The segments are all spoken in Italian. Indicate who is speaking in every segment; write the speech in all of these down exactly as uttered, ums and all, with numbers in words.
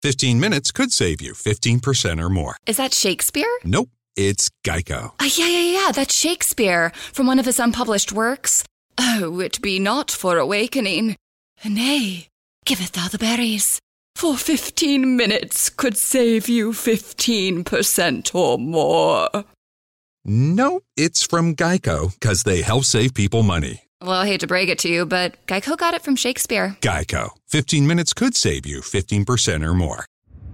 Speaker 1: fifteen minutes could save you fifteen percent or more.
Speaker 2: Is that Shakespeare?
Speaker 1: Nope, it's Geico.
Speaker 2: Uh, yeah, yeah, yeah, that's Shakespeare from one of his unpublished works. Oh, it be not for awakening. Nay, giveth thou the berries. For fifteen minutes could save you fifteen percent or more.
Speaker 1: Nope, it's from Geico, because they help save people money.
Speaker 2: Well, I hate to break it to you, but Geico got it from Shakespeare.
Speaker 1: Geico. fifteen minutes could save you fifteen percent or more.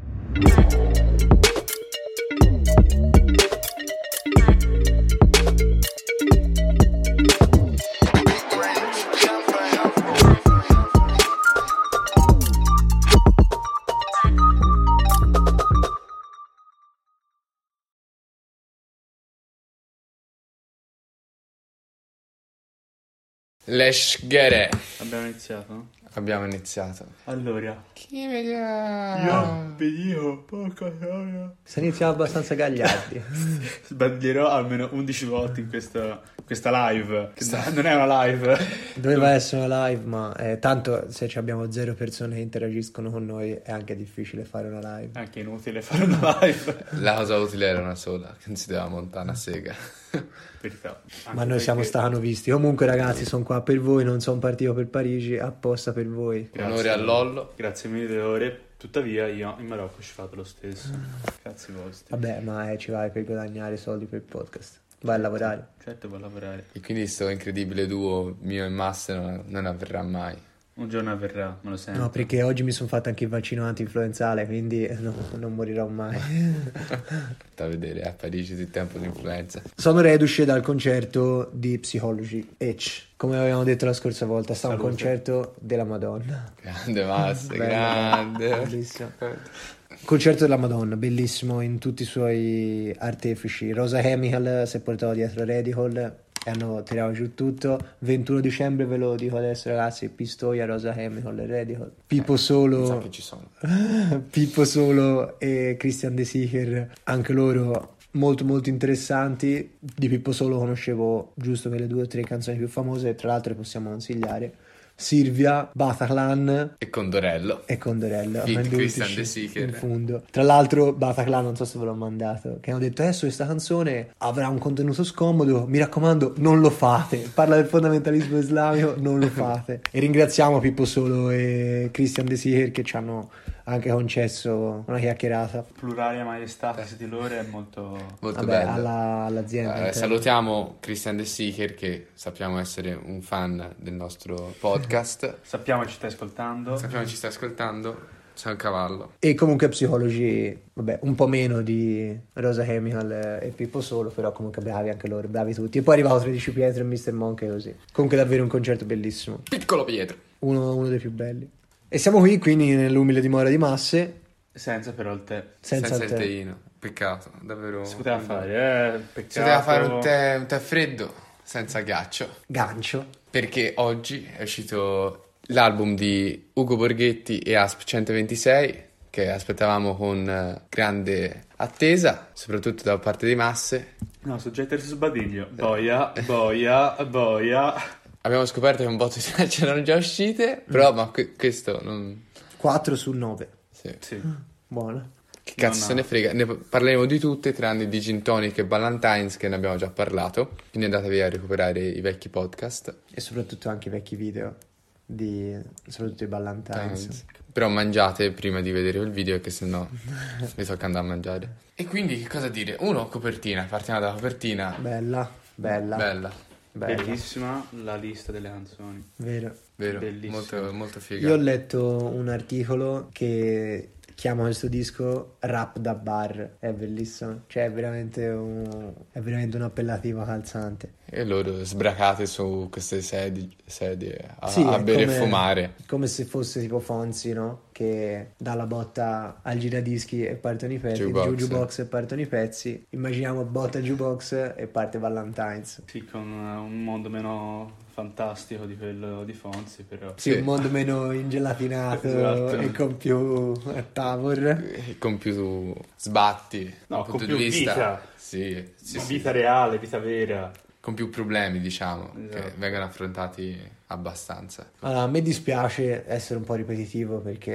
Speaker 3: Let's get it.
Speaker 4: Abbiamo iniziato?
Speaker 3: Abbiamo iniziato.
Speaker 4: Allora,
Speaker 3: Chi vediamo?
Speaker 4: io vi dico poca storia.
Speaker 5: Se iniziamo abbastanza gagliardi.
Speaker 4: Sbaglierò almeno undici volte in questa, questa live. Che sta- non è una live.
Speaker 5: Doveva essere una live, ma eh, tanto se ci abbiamo zero persone che interagiscono con noi è anche difficile fare una live.
Speaker 4: È anche inutile fare una live.
Speaker 3: La cosa utile era una sola, che non si doveva montare una sega.
Speaker 4: Verità.
Speaker 5: Ma noi siamo stati visti. Comunque ragazzi, sono qua per voi, non sono partito per Parigi apposta per voi.
Speaker 3: Onore a Lollo.
Speaker 4: Grazie mille ore. Tuttavia io in Marocco ci fate lo stesso. Cazzi vostri.
Speaker 5: Vabbè, ma eh, ci vai per guadagnare soldi per il podcast. Vai a lavorare.
Speaker 4: Certo, va a lavorare.
Speaker 3: E quindi sto incredibile duo mio e Masse non, non avverrà mai.
Speaker 4: Un giorno avverrà, me lo sento.
Speaker 5: No, perché oggi mi sono fatto anche il vaccino anti-influenzale, quindi eh, no, non morirò mai.
Speaker 3: Da vedere a Parigi il tempo di influenza.
Speaker 5: Sono reduce dal concerto di Psychology H. Come avevamo detto la scorsa volta, sta un
Speaker 4: Salute.
Speaker 5: concerto della Madonna.
Speaker 3: Grande Masse,
Speaker 5: Bello.
Speaker 3: grande.
Speaker 5: Bellissimo. Concerto della Madonna, bellissimo in tutti i suoi artefici. Rosa Chemical si è portato dietro Radical e hanno tirato giù tutto. ventuno dicembre, ve lo dico adesso ragazzi, Pistoia, Rosa Chemical e Radical. Pippo
Speaker 3: Mi sa
Speaker 5: Solo,
Speaker 3: che ci sono.
Speaker 5: Pippo Solo e Christian De Sicher, anche loro molto molto interessanti. Di Pippo Solo conoscevo giusto quelle due o tre canzoni più famose, e tra l'altro le possiamo consigliare: Sylvia, Bataclan
Speaker 3: E Condorello.
Speaker 5: e Condorello.
Speaker 3: Feat
Speaker 5: Venduti
Speaker 3: Christian De Sicher.
Speaker 5: in fondo. Tra l'altro Bataclan, non so se ve l'ho mandato, che hanno detto adesso questa canzone avrà un contenuto scomodo, mi raccomando non lo fate, parla del fondamentalismo islamico, non lo fate. E ringraziamo Pippo Solo e Christian De Sicher che ci hanno anche concesso una chiacchierata.
Speaker 4: Pluralia Maestatis di loro è molto...
Speaker 3: Molto
Speaker 5: Vabbè,
Speaker 3: bello.
Speaker 5: alla- all'azienda
Speaker 3: Eh,
Speaker 5: intera.
Speaker 3: salutiamo Christian De Sicher, che sappiamo essere un fan del nostro podcast.
Speaker 4: Sappiamo che ci stai ascoltando.
Speaker 3: Sappiamo che ci stai ascoltando. Sei un cavallo.
Speaker 5: E comunque Psychology, vabbè, un po' meno di Rosa Chemical e Pippo Solo, però comunque bravi anche loro, bravi tutti. E poi è arrivato tredici Pietro e mister Monk e così. Comunque davvero un concerto bellissimo,
Speaker 3: Piccolo Pietro.
Speaker 5: uno, uno dei più belli. E siamo qui quindi nell'umile dimora di Masse,
Speaker 4: Senza però il tè.
Speaker 5: senza,
Speaker 3: Senza
Speaker 5: il
Speaker 3: il
Speaker 5: tè.
Speaker 3: teino. Peccato, davvero.
Speaker 4: Si poteva fare, eh? Peccato.
Speaker 3: Si poteva fare un tè, un tè freddo, senza ghiaccio.
Speaker 5: Gancio.
Speaker 3: Perché oggi è uscito l'album di Ugo Borghetti e Asp centoventisei, che aspettavamo con eh, grande attesa, soprattutto da parte di Masse.
Speaker 4: No, soggetto su sbadiglio. Boia, boia, boia.
Speaker 3: Abbiamo scoperto che un botto di tracce erano già uscite, però ma que- questo non...
Speaker 5: quattro su nove.
Speaker 3: Sì.
Speaker 4: Sì.
Speaker 5: Buono.
Speaker 3: Che cazzo
Speaker 4: No,
Speaker 3: se
Speaker 4: no.
Speaker 3: ne frega, ne parleremo di tutte tranne di Gin Tonic e Ballantines, che ne abbiamo già parlato, quindi andatevi a recuperare i vecchi podcast.
Speaker 5: E soprattutto anche i vecchi video di soprattutto i Ballantines.
Speaker 3: Però mangiate prima di vedere il video, che sennò vi tocca andare a mangiare. E quindi che cosa dire? Uno, copertina, partiamo dalla copertina.
Speaker 5: Bella, bella,
Speaker 3: Bella,
Speaker 5: bella.
Speaker 4: Bellissima la lista delle canzoni.
Speaker 5: Vero.
Speaker 3: vero?
Speaker 4: Bellissimo.
Speaker 3: Molto, molto figa.
Speaker 5: Io ho letto un articolo che chiama questo disco Rap da bar, è bellissimo, cioè è veramente un, è veramente un appellativo calzante.
Speaker 3: E loro sbracate su queste sedie, sedie a,
Speaker 5: Sì,
Speaker 3: a
Speaker 5: è
Speaker 3: bere
Speaker 5: come-
Speaker 3: e fumare.
Speaker 5: Come se fosse tipo Fonzi, no? Che dà la botta al giradischi e partono i pezzi,
Speaker 3: Jukebox.
Speaker 5: giù jukebox e partono i pezzi. Immaginiamo botta jukebox e parte Valentine's.
Speaker 4: Sì, con uh, un mondo meno fantastico di quello di Fonzi, però.
Speaker 5: Sì,
Speaker 3: Sì.
Speaker 5: un mondo meno ingelatinato
Speaker 4: Esatto.
Speaker 5: e con più eh, Tavor.
Speaker 3: E con più sbatti
Speaker 4: No,
Speaker 3: dal
Speaker 4: con
Speaker 3: punto
Speaker 4: più
Speaker 3: di vista.
Speaker 4: vita.
Speaker 3: Sì, sì,
Speaker 4: Ma
Speaker 3: sì.
Speaker 4: vita reale, vita vera.
Speaker 3: Con più problemi, diciamo, che
Speaker 4: Esatto.
Speaker 3: vengono affrontati abbastanza.
Speaker 5: Allora, a me dispiace essere un po' ripetitivo perché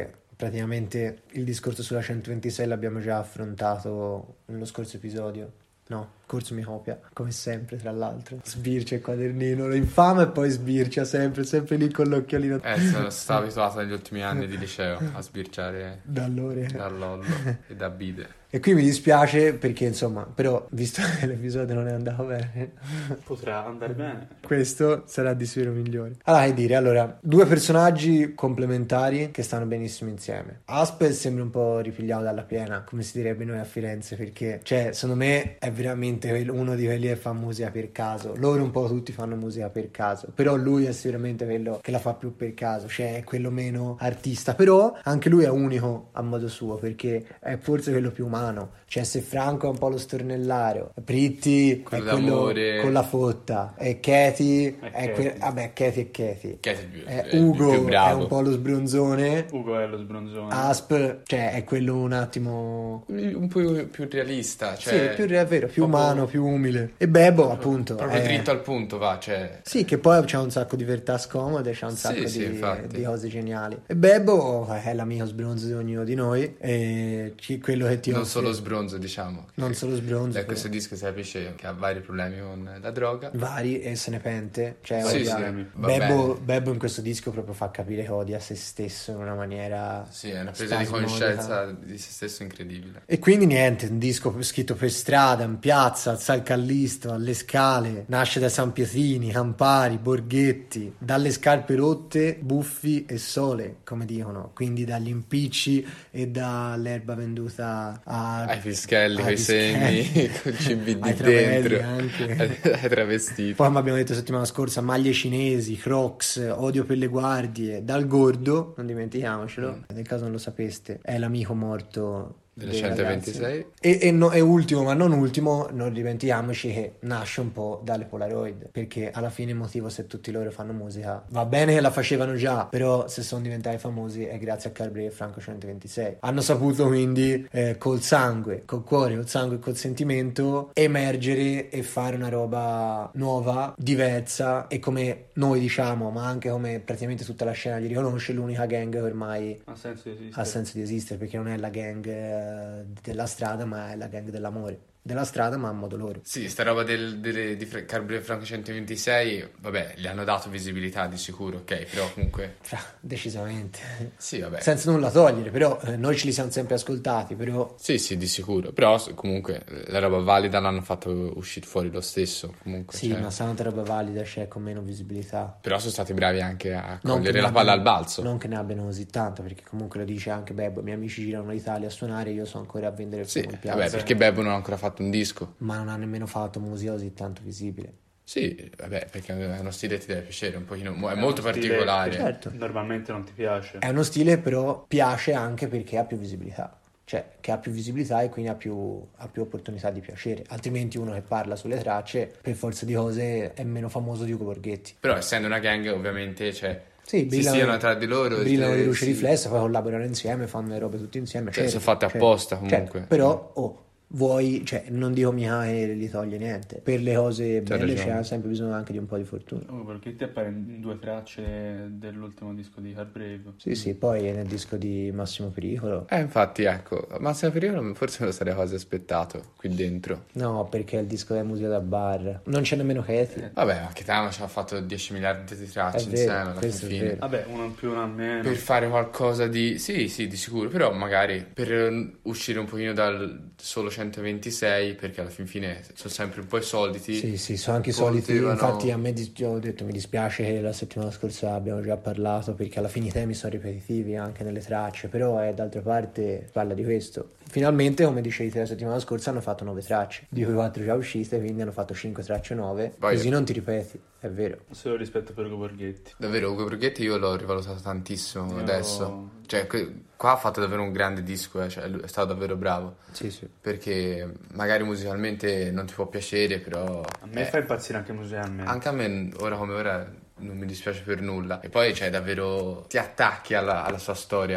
Speaker 5: praticamente il discorso sulla centoventisei l'abbiamo già affrontato nello scorso episodio. No, corso mi copia, come sempre, tra l'altro. Sbircia il quadernino, lo infama e poi sbircia sempre, sempre lì con l'occhiolino.
Speaker 3: Eh, sono stato abituato negli ultimi anni di liceo a sbirciare
Speaker 5: da allora.
Speaker 3: da Lollo e da Bide.
Speaker 5: E qui mi dispiace perché, insomma, però, visto che l'episodio non è andato bene,
Speaker 4: potrà andare bene.
Speaker 5: Questo sarà di sicuro migliore. Allora, che dire, allora, due personaggi complementari che stanno benissimo insieme. Aspe sembra un po' ripigliato dalla piena, come si direbbe noi a Firenze, perché, cioè, secondo me è veramente uno di quelli che fa musica per caso. Loro un po' tutti fanno musica per caso, però lui è sicuramente quello che la fa più per caso, cioè è quello meno artista, però anche lui è unico a modo suo, perché è forse quello più umano. Cioè, se Franco è un po' lo stornellario, Pritti
Speaker 3: quello
Speaker 5: è quello
Speaker 3: d'amore,
Speaker 5: con la fotta, e Katy
Speaker 4: è,
Speaker 5: è que- vabbè, Katy è Katy.
Speaker 3: Katy più,
Speaker 5: eh,
Speaker 3: è
Speaker 5: Ugo
Speaker 3: più bravo.
Speaker 5: è un po' lo sbronzone.
Speaker 4: Ugo è lo sbronzone.
Speaker 5: Asp, cioè è quello un attimo
Speaker 3: un po' più realista, cioè
Speaker 5: sì, più è vero, più
Speaker 3: proprio,
Speaker 5: umano, più umile. E Bebo, appunto,
Speaker 3: proprio
Speaker 5: è...
Speaker 3: dritto al punto, va, cioè
Speaker 5: sì, che poi c'è un sacco di verità scomode, c'è un
Speaker 3: sì,
Speaker 5: sacco
Speaker 3: sì,
Speaker 5: di, di cose geniali. E Bebo è l'amico sbronzo di ognuno di noi, e chi- quello che ti
Speaker 3: non
Speaker 5: offre-
Speaker 3: solo sbronzo, diciamo.
Speaker 5: non solo sbronzo,
Speaker 3: Da questo disco si capisce che ha vari problemi con la droga.
Speaker 5: vari, e se ne pente, cioè
Speaker 3: Sì,
Speaker 5: odia-
Speaker 3: sì, va
Speaker 5: Bebo,
Speaker 3: bene.
Speaker 5: Bebo in questo disco proprio fa capire che odia se stesso in una maniera
Speaker 3: Sì, è una presa di
Speaker 5: spasmodica.
Speaker 3: coscienza di se stesso incredibile.
Speaker 5: E quindi niente, un disco scritto per strada, in piazza, al Sal Callisto, alle scale, nasce da San Pietrini, Campari, Borghetti, dalle scarpe rotte, Buffi e Sole, come dicono, quindi dagli impicci e dall'erba venduta a...
Speaker 3: Ai fischelli,
Speaker 5: ai
Speaker 3: coi
Speaker 5: fischelli,
Speaker 3: segni, col C B D
Speaker 5: ai travelli
Speaker 3: dentro,
Speaker 5: anche.
Speaker 3: ai travestiti.
Speaker 5: Poi, come abbiamo detto settimana scorsa, maglie cinesi, Crocs, odio per le guardie, dal Gordo, non dimentichiamocelo,
Speaker 3: Mm.
Speaker 5: nel caso non lo sapeste, è l'amico morto
Speaker 3: Delle
Speaker 5: dei
Speaker 3: centoventisei.
Speaker 5: ragazzi. E, e, no, e ultimo, ma non ultimo, non dimentichiamoci che nasce un po' dalle Polaroid, perché alla fine il motivo, se tutti loro fanno musica, va bene che la facevano già, però se sono diventati famosi è grazie a Carbre e Franco centoventisei. Hanno saputo quindi eh, col sangue, col cuore, col sangue e col sentimento emergere e fare una roba nuova, diversa, e come noi diciamo, ma anche come praticamente tutta la scena li riconosce, l'unica gang che ormai
Speaker 4: Ha senso di esistere.
Speaker 5: ha senso di esistere, perché non è la gang eh, della strada, ma è la gang dell'amore della strada, ma a modo loro.
Speaker 3: Sì, sta roba del, delle, di Fra- Carbre e Franco centoventisei, vabbè, gli hanno dato visibilità di sicuro, ok, però comunque...
Speaker 5: Fra, decisamente.
Speaker 3: Sì, vabbè.
Speaker 5: Senza nulla togliere, però eh, noi ce li siamo sempre ascoltati, però...
Speaker 3: Sì, sì, di sicuro, però s- comunque la roba valida l'hanno fatto uscire fuori lo stesso, comunque.
Speaker 5: Sì,
Speaker 3: cioè.
Speaker 5: ma sa tanta roba valida, c'è con meno visibilità.
Speaker 3: Però sono stati bravi anche a
Speaker 5: Non che
Speaker 3: cogliere
Speaker 5: ne
Speaker 3: la palla al
Speaker 5: abbiano-
Speaker 3: balzo.
Speaker 5: Non che ne abbiano così tanta, perché comunque lo dice anche Bebo, i miei amici girano l'Italia a suonare, io sono ancora a vendere il
Speaker 3: Sì,
Speaker 5: fumo in piazza.
Speaker 3: vabbè, perché Bebo non ha ancora fatto un disco.
Speaker 5: Ma non ha nemmeno fatto musica così tanto visibile.
Speaker 3: Sì, vabbè, perché è uno stile che ti deve piacere, un pochino, è
Speaker 4: È
Speaker 3: molto
Speaker 4: uno stile
Speaker 3: particolare.
Speaker 4: che
Speaker 5: Certo.
Speaker 4: normalmente non ti piace.
Speaker 5: È uno stile, però piace anche perché ha più visibilità. Cioè, che ha più visibilità e quindi ha più, ha più opportunità di piacere. Altrimenti uno che parla sulle tracce, per forza di cose, è meno famoso di Ugo Borghetti.
Speaker 3: Però essendo una gang, ovviamente, cioè,
Speaker 5: Sì,
Speaker 3: si
Speaker 5: brillano-
Speaker 3: stiano tra di loro.
Speaker 5: brillano
Speaker 3: eh,
Speaker 5: di luce
Speaker 3: sì.
Speaker 5: riflessa, poi collaborano insieme, fanno le robe tutte insieme.
Speaker 3: Cioè,
Speaker 5: certo,
Speaker 3: sono fatte
Speaker 5: certo,
Speaker 3: apposta, comunque.
Speaker 5: certo. Però, oh, vuoi, cioè, non dico mica che gli toglie niente. Per le cose
Speaker 3: C'ha
Speaker 5: belle
Speaker 3: ragione.
Speaker 5: c'è sempre bisogno anche di un po' di fortuna.
Speaker 4: Oh, perché ti appare in due tracce dell'ultimo disco di Harbrave.
Speaker 5: Sì, sì, poi è nel disco di Massimo Pericolo.
Speaker 3: Eh, infatti, ecco, ma se periodo forse me lo sarei quasi aspettato qui dentro.
Speaker 5: No, perché è il disco della musica da bar. Non c'è nemmeno Katy.
Speaker 3: Vabbè, ma Kitano ci ha fatto dieci miliardi di tracce
Speaker 5: È vero,
Speaker 3: insieme alla fin
Speaker 5: questo è
Speaker 3: fine.
Speaker 5: vero.
Speaker 4: Vabbè, uno in più, uno in meno.
Speaker 3: Per fare qualcosa di... Sì, sì, di sicuro, però magari per eh, uscire un pochino dal solo centoventisei, perché alla fin fine sono sempre un po' i soliti.
Speaker 5: Sì, sì, sono anche i soliti.
Speaker 3: Potevano-
Speaker 5: Infatti a me dis- ho detto mi dispiace che la settimana scorsa abbiamo già parlato, perché alla fine i temi sono ripetitivi anche nelle tracce, però è d'altra parte parla di questo. Finalmente, come dicevi te la settimana scorsa, hanno fatto nove tracce, di cui quattro già uscite, quindi hanno fatto cinque tracce nuove,
Speaker 3: Poi-
Speaker 5: così non ti ripeti, è vero.
Speaker 4: Solo rispetto per Ugo Borghetti.
Speaker 3: Davvero, Ugo Borghetti io l'ho rivalutato tantissimo
Speaker 4: Io-
Speaker 3: adesso. Cioè, que- qua ha fatto davvero un grande disco, eh, cioè, lui è stato davvero bravo.
Speaker 5: Sì, sì.
Speaker 3: Perché magari musicalmente non ti può piacere, però...
Speaker 4: A me
Speaker 3: eh,
Speaker 4: fa impazzire anche musicalmente.
Speaker 3: Anche a me, ora come ora, non mi dispiace per nulla. E poi, cioè, davvero ti attacchi alla, alla sua storia.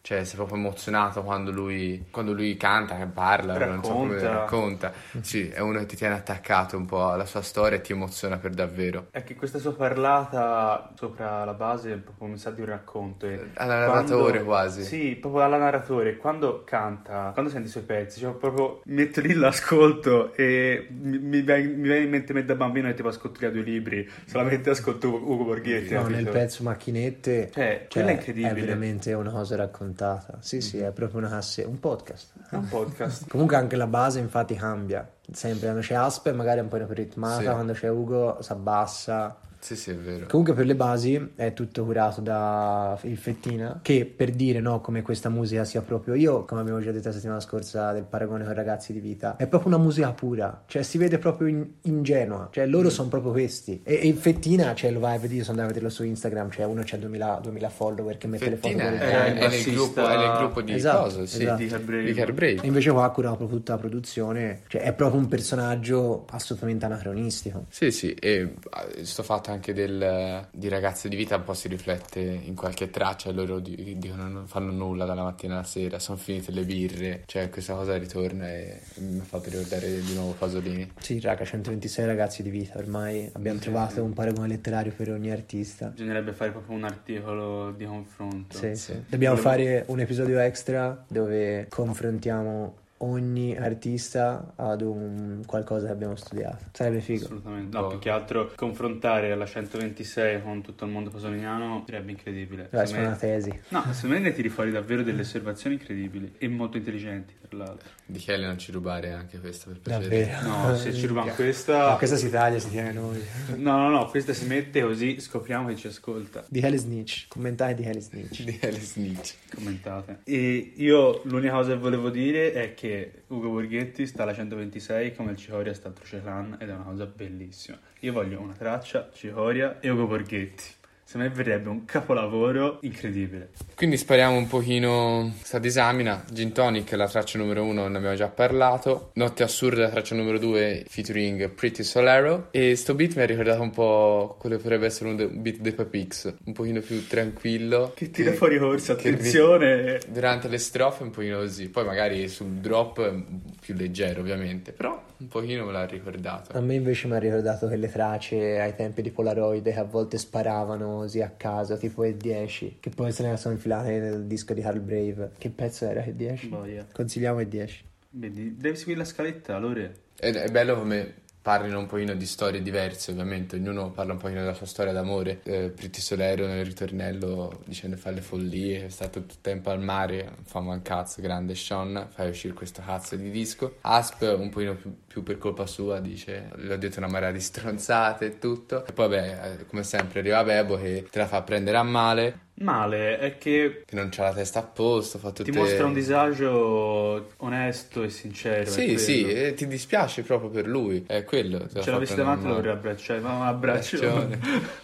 Speaker 3: cioè sei proprio emozionato quando lui, quando lui canta, che parla, non so come
Speaker 4: Racconta.
Speaker 3: racconta. Sì, è uno che ti tiene attaccato un po' alla sua storia e ti emoziona per davvero.
Speaker 4: È che questa sua parlata sopra la base è proprio mi sa di un racconto. E
Speaker 3: Alla narratore
Speaker 4: quando-
Speaker 3: quasi.
Speaker 4: Sì, proprio alla narratore. Quando canta, quando senti i suoi pezzi, cioè proprio metto lì l'ascolto e mi, mi viene mi viene in mente me da bambino che tipo ascolto gli audiolibri, solamente ascolto Ugo Borghetti.
Speaker 5: No,
Speaker 4: capito?
Speaker 5: nel pezzo Macchinette,
Speaker 4: Cioè, quella è incredibile.
Speaker 5: È veramente una cosa raccontata. Sì, sì, è proprio una casse, un podcast.
Speaker 4: È un podcast.
Speaker 5: Comunque anche la base infatti cambia. Sempre quando c'è Asper magari è un po' più ritmata,
Speaker 3: Sì.
Speaker 5: quando c'è Ugo si abbassa.
Speaker 3: Sì, sì, è vero.
Speaker 5: Comunque per le basi è tutto curato da il Fettina, che per dire no come questa musica sia proprio, io come abbiamo già detto la settimana scorsa del paragone con Ragazzi di Vita, è proprio una musica pura, cioè si vede proprio in- ingenua, cioè loro sono proprio questi. E, e il Fettina, cioè lo vai a vedere, io sono andato a vederlo su Instagram, cioè uno c'ha duemila, duemila follower che mette
Speaker 3: Fettina
Speaker 5: le foto
Speaker 3: è,
Speaker 5: con
Speaker 4: è
Speaker 5: il
Speaker 4: il
Speaker 3: è nel
Speaker 4: bassista-
Speaker 3: gruppo, è nel gruppo di
Speaker 5: Esatto,
Speaker 3: cosa? Sì,
Speaker 5: esatto.
Speaker 3: di
Speaker 4: Di Carbrave.
Speaker 3: di Carbrave.
Speaker 5: E invece qua ha curato proprio tutta la produzione, cioè è proprio un personaggio assolutamente anacronistico.
Speaker 3: Sì, sì, e eh, sto fatto anche del di Ragazzi di Vita un po' si riflette in qualche traccia, loro di- dicono non fanno nulla dalla mattina alla sera, sono finite le birre, cioè questa cosa ritorna e mi ha fatto ricordare di nuovo Pasolini.
Speaker 5: Sì, raga, centoventisei ragazzi di vita, ormai abbiamo trovato un paragone letterario per ogni artista.
Speaker 4: Bisognerebbe fare proprio un articolo di confronto.
Speaker 5: Sì,
Speaker 3: Sì.
Speaker 5: sì. Dobbiamo
Speaker 4: Volevo-
Speaker 5: fare un episodio extra dove confrontiamo ogni artista ad un qualcosa che abbiamo studiato. Sarebbe figo.
Speaker 4: Assolutamente. No,
Speaker 3: Oh.
Speaker 4: più che altro confrontare la centoventisei con tutto il mondo pasoliniano sarebbe incredibile.
Speaker 5: Dai,
Speaker 4: Secondo
Speaker 5: una
Speaker 4: me-
Speaker 5: tesi.
Speaker 4: No, secondo me ne tiri fuori davvero delle osservazioni incredibili e molto intelligenti, tra l'altro.
Speaker 3: Di Kelly non ci rubare anche questa per piacere.
Speaker 5: Davvero.
Speaker 4: No, se ci rubiamo
Speaker 5: No,
Speaker 4: questa...
Speaker 5: questa si taglia, si tiene noi.
Speaker 4: No, no, no, questa si mette così scopriamo che ci ascolta.
Speaker 5: Di Hell Snitch. Commentai di Hell Snitch.
Speaker 3: Di Kelly Snitch.
Speaker 4: Commentate. E io l'unica cosa che volevo dire è che Ugo Borghetti sta alla centoventisei come il Cicoria sta al Truceclan ed è una cosa bellissima. Io voglio una traccia, Cicoria e Ugo Borghetti. Secondo me verrebbe un capolavoro incredibile.
Speaker 3: Quindi spariamo un pochino sta disamina. Gin Tonic, la traccia numero uno, ne abbiamo già parlato. Notte Assurda, la traccia numero due, featuring Pretty Solero. E sto beat mi ha ricordato un po' quello che potrebbe essere un de- beat dei Papix, un pochino più tranquillo.
Speaker 4: Che tira fuori corsa,
Speaker 3: che ri-
Speaker 4: attenzione.
Speaker 3: Durante le strofe un pochino così. Poi magari sul drop è più leggero ovviamente, però un pochino me l'ha ricordato.
Speaker 5: A me invece mi ha ricordato quelle tracce ai tempi di Polaroid che a volte sparavano così a caso, tipo E dieci, che poi se ne sono infilate nel disco di Carl Brave. Che pezzo era E dieci?
Speaker 4: Boia.
Speaker 5: Consigliamo E dieci.
Speaker 4: Vedi, devi seguire la scaletta, Lore.
Speaker 3: Ed è bello come parlino un pochino di storie diverse, ovviamente, ognuno parla un pochino della sua storia d'amore. eh, Pretty Solero nel ritornello dicendo fa le follie, è stato tutto il tempo al mare, non fa un cazzo, grande Sean, fai uscire questo cazzo di disco. Asp un pochino più, più per colpa sua, dice, le ho detto una marea di stronzate e tutto. E poi beh, eh, come sempre arriva Bebo che te la fa prendere a male,
Speaker 4: Male è che
Speaker 3: che non c'ha la testa a posto, fa tutte...
Speaker 4: ti mostra un disagio onesto e sincero. è
Speaker 3: Sì,
Speaker 4: quello.
Speaker 3: sì, e ti dispiace proprio per lui, è quello. te la
Speaker 4: Ce
Speaker 3: fa
Speaker 4: l'avessi
Speaker 3: prendere a
Speaker 4: davanti lo
Speaker 3: male.
Speaker 4: riabbracciai, ma un abbraccio.
Speaker 3: Abbraccione.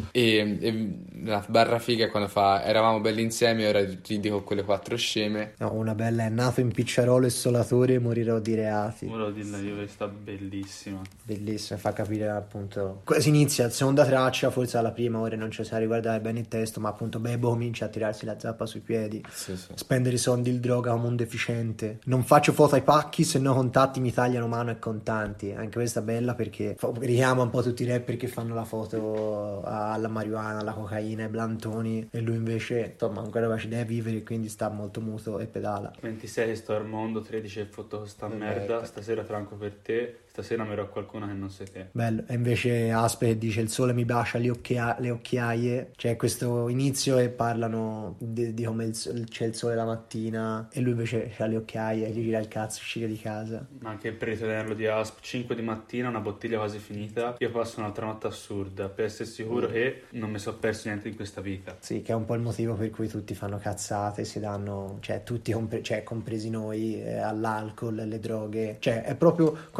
Speaker 3: e, e la barra figa è quando fa eravamo belli insieme, ora ti dico quelle quattro sceme.
Speaker 5: No, una bella è nato in picciarolo e solatore, morirò di reati.
Speaker 4: Volevo dirla io, che sta bellissima.
Speaker 5: Bellissimo, fa capire appunto. Si inizia la seconda traccia, forse alla prima ora non ci sa riguardare bene il testo, ma appunto Bebo comincia a tirarsi la zappa sui piedi,
Speaker 3: Sì, sì.
Speaker 5: spendere i soldi il droga come un deficiente. Non faccio foto ai pacchi, se no contatti mi tagliano mano e contanti. Anche questa è bella perché fa- richiama un po' tutti i rapper che fanno la foto alla marijuana, alla cocaina, ai blantoni, e lui invece insomma ancora ci deve vivere, quindi sta molto muto e pedala.
Speaker 4: ventisei sto al mondo, tredici è foto con sta merda, stasera franco per te, stasera amerò qualcuno che non sei te.
Speaker 5: Bello. E invece Aspe che dice il sole mi bacia le, occhia- le occhiaie, c'è questo inizio e parlano di, di come il so- c'è il sole la mattina e lui invece ha le occhiaie e gli gira il cazzo uscire di casa.
Speaker 4: Ma anche per ritenerlo di Asp, cinque di mattina, una bottiglia quasi finita, io passo un'altra notte assurda, per essere sicuro che non mi sono perso niente in questa vita.
Speaker 5: Sì, che è un po' il motivo per cui tutti fanno cazzate, si danno, cioè tutti compre- cioè, compresi noi, eh, all'alcol, alle droghe, cioè è proprio come abbiamo detto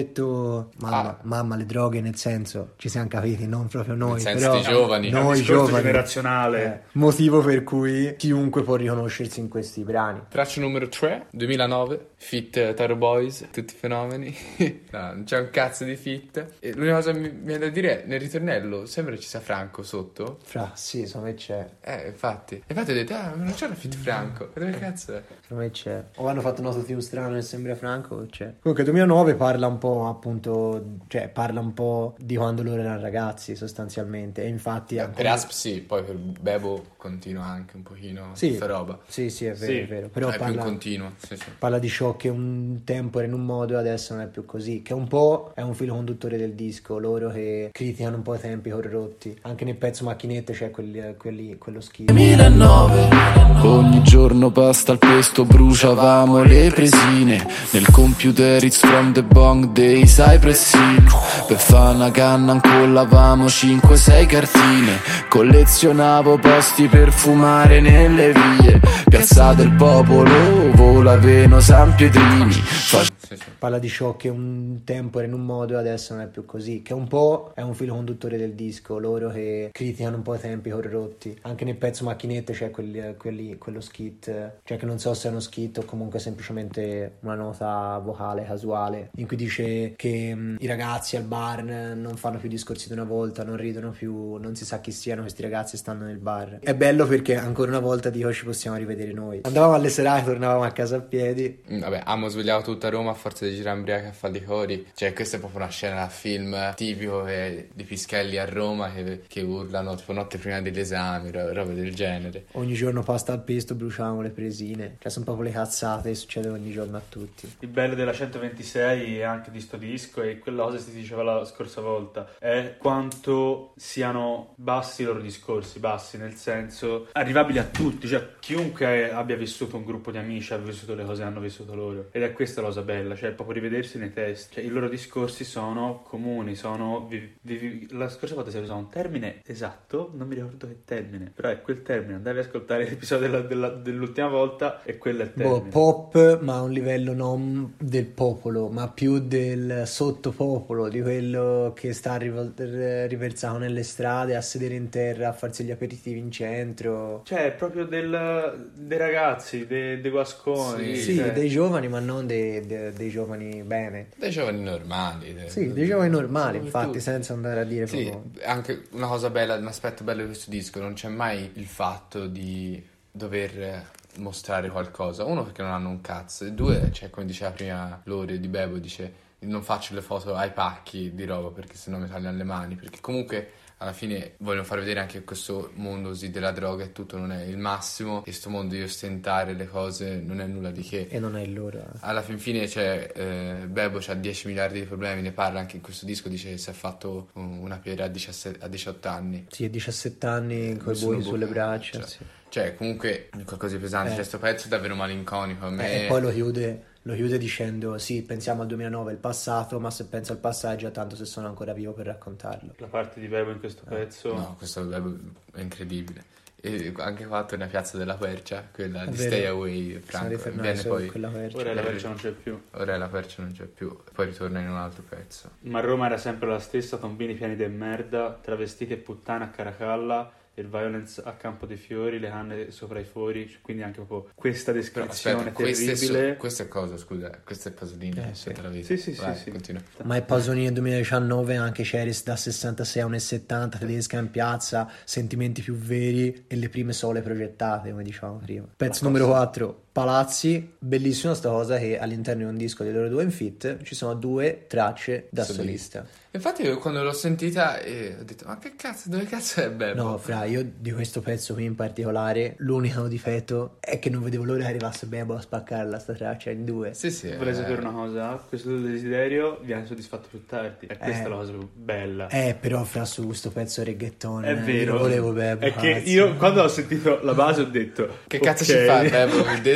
Speaker 5: detto mamma,
Speaker 3: Ah.
Speaker 5: mamma le droghe, nel senso, ci siamo capiti, non proprio noi,
Speaker 3: Nel senso
Speaker 5: però
Speaker 3: dei giovani.
Speaker 4: È un
Speaker 5: noi
Speaker 4: discorso
Speaker 5: giovani,
Speaker 4: generazionale.
Speaker 5: eh, motivo per cui chiunque può riconoscersi in questi brani.
Speaker 3: Traccia numero tre, duemilanove, feat Taro Boys, tutti fenomeni. No, non c'è un cazzo di feat. E l'unica cosa che mi viene da dire è, nel ritornello sembra ci sia Franco sotto.
Speaker 5: Fra, sì, secondo me c'è,
Speaker 3: Eh, infatti. Infatti ho detto, ah, ma non c'è una feat Franco. Dove cazzo è?
Speaker 5: secondo me c'è. O hanno fatto un autotune strano e sembra Franco o c'è. Comunque duemilanove parla un po', appunto, cioè parla un po' di quando loro erano ragazzi sostanzialmente, e infatti
Speaker 3: Per
Speaker 5: ancora-
Speaker 3: Asp sì, poi per Bebo continua anche un pochino
Speaker 5: Sì.
Speaker 3: questa roba.
Speaker 5: Sì, sì, è vero,
Speaker 4: Sì.
Speaker 5: è vero. Però
Speaker 3: è più
Speaker 5: parla,
Speaker 3: continuo, sì, sì.
Speaker 5: parla di ciò che un tempo era in un modo e adesso non è più così, che un po' è un filo conduttore del disco, loro che criticano un po' i tempi corrotti. Anche nel pezzo Macchinette c'è quelli, quelli- quello schifo.
Speaker 6: duemilanove. Ogni giorno pasta al pesto, bruciavamo le presine. Nel computer it's from the bong dei Cypress Hill. Per fa' una canna incollavamo cinque sei cartine. Collezionavo posti per fumare nelle vie. Piazza del Popolo, Volaveno, San Pietrini. Fa-
Speaker 3: Sì, sì.
Speaker 5: Parla di ciò che un tempo era in un modo e adesso non è più così, che un po' è un filo conduttore del disco, loro che criticano un po' i tempi corrotti. Anche nel pezzo Macchinette c'è quelli, quelli- quello skit, cioè che non so se è uno skit o comunque semplicemente una nota vocale casuale, in cui dice che mh, i ragazzi al bar non fanno più discorsi di una volta, non ridono più, non si sa chi siano questi ragazzi, stanno nel bar. È bello perché ancora una volta dico ci possiamo rivedere noi. Andavamo alle serate, tornavamo a casa a piedi.
Speaker 3: Mm, Vabbè, amo svegliato tutta Roma a forza di girare imbriaca a fare i cori. Cioè, questa è proprio una scena da film tipico eh, di Pischelli a Roma che, che urlano tipo notte prima degli esami, ro- robe del genere.
Speaker 5: Ogni giorno pasta al pesto, bruciavamo le presine. Cioè, sono proprio le cazzate che succedono ogni giorno a tutti.
Speaker 4: Il bello della centoventisei e anche di sto disco, e quella cosa che si diceva la scorsa volta, è quanto siano bassi i loro discorsi, bassi nel senso arrivabili a tutti, cioè chiunque abbia vissuto un gruppo di amici, abbia vissuto le cose che hanno vissuto loro, ed è questa la cosa bella, cioè proprio rivedersi nei testi, cioè i loro discorsi sono comuni, sono vivi, vivi- la scorsa volta si è usato un termine esatto, non mi ricordo che termine, però è quel termine, andavi a ascoltare l'episodio della- della- dell'ultima volta e quello è il termine.
Speaker 5: Boh, pop, ma a un livello non del popolo, ma più del sottopopolo, di quello che sta rivol- riversato nelle strade, a sedere in terra, a farsi gli aperitivi in centro.
Speaker 4: Cioè, è proprio del, dei ragazzi, dei, dei guasconi.
Speaker 5: Sì,
Speaker 4: cioè.
Speaker 5: dei giovani, ma non dei, dei- dei giovani bene.
Speaker 3: Dei giovani normali. eh.
Speaker 5: Sì, dei giovani normali,
Speaker 3: Sono
Speaker 5: infatti,
Speaker 3: tutti.
Speaker 5: senza andare a dire
Speaker 3: Sì,
Speaker 5: proprio...
Speaker 3: anche una cosa bella, un aspetto bello di questo disco, non c'è mai il fatto di dover mostrare qualcosa. Uno, perché non hanno un cazzo, e due, cioè come diceva prima Lore di Bebo, dice non faccio le foto ai pacchi di roba perché sennò mi tagliano le mani, perché comunque alla fine vogliono far vedere anche questo mondo così della droga e tutto non è il massimo, e questo mondo di ostentare le cose non è nulla di che.
Speaker 5: E non è il loro...
Speaker 3: Alla fin fine c'è eh, Bebo c'ha dieci miliardi di problemi, ne parla anche in questo disco, dice che si è fatto uh, una pera a, diciassette, a diciotto anni.
Speaker 5: Sì, diciassette anni con i
Speaker 3: Nessuno
Speaker 5: buchi sulle
Speaker 3: buca,
Speaker 5: braccia,
Speaker 3: cioè,
Speaker 5: sì.
Speaker 3: cioè comunque qualcosa di pesante,
Speaker 5: Eh.
Speaker 3: cioè sto pezzo è davvero malinconico a me.
Speaker 5: Eh, e poi lo chiude, lo chiude dicendo sì, pensiamo al duemilanove, il passato, ma se penso al passaggio tanto se sono ancora vivo per raccontarlo.
Speaker 4: La parte di Bebo in questo pezzo.
Speaker 3: No, questo Bebo è incredibile. E anche fatto nella piazza della Quercia, quella
Speaker 5: È
Speaker 3: di
Speaker 5: vero.
Speaker 3: Stay Away,
Speaker 5: Sono
Speaker 3: Franco,
Speaker 5: ritornato
Speaker 3: viene
Speaker 5: solo
Speaker 3: poi
Speaker 5: con quella quercia.
Speaker 4: Ora la Vercia non c'è più.
Speaker 3: ora la Quercia non c'è più, poi ritorna in un altro pezzo.
Speaker 4: Ma Roma era sempre la stessa, tombini pieni di merda, travestiti e puttane a Caracalla, il violence a Campo dei Fiori, le canne sopra i fori, cioè, quindi anche proprio questa
Speaker 3: Però
Speaker 4: descrizione
Speaker 3: aspetta, queste,
Speaker 4: terribile.
Speaker 3: so, queste cosa, scusa, queste Pasolini,
Speaker 5: Eh, sì.
Speaker 3: te la vedi?
Speaker 4: Sì, sì, sì,
Speaker 3: Vai,
Speaker 4: sì.
Speaker 3: continua.
Speaker 5: Ma è Pasolini nel duemiladiciannove, anche Ceres da sessantasei a uno e settanta, tedesca in piazza, sentimenti più veri e le prime sole progettate, come dicevamo prima. Pezzo numero quattro, Palazzi. Bellissima sta cosa che all'interno di un disco dei loro due in feat ci sono due tracce da
Speaker 3: Solista.
Speaker 5: solista.
Speaker 3: Infatti io quando l'ho sentita eh, ho detto ma che cazzo, dove cazzo è Bebo?
Speaker 5: No, fra, io di questo pezzo qui in particolare, l'unico difetto è che non vedevo l'ora che arrivasse Bebo a spaccarla sta traccia in due.
Speaker 3: Sì, sì.
Speaker 4: Vorrei
Speaker 3: eh,
Speaker 4: sapere una cosa, questo tuo desiderio viene soddisfatto più tardi, e questa
Speaker 5: Eh.
Speaker 4: è la cosa più bella.
Speaker 5: Eh, però fra su questo pezzo reggaeton,
Speaker 4: È
Speaker 5: eh,
Speaker 4: vero.
Speaker 5: io volevo Bebo.
Speaker 4: È che
Speaker 5: cazzo.
Speaker 4: io quando ho sentito la base ho detto
Speaker 3: Che cazzo
Speaker 4: ok.
Speaker 3: ci fa Bebo qui dentro?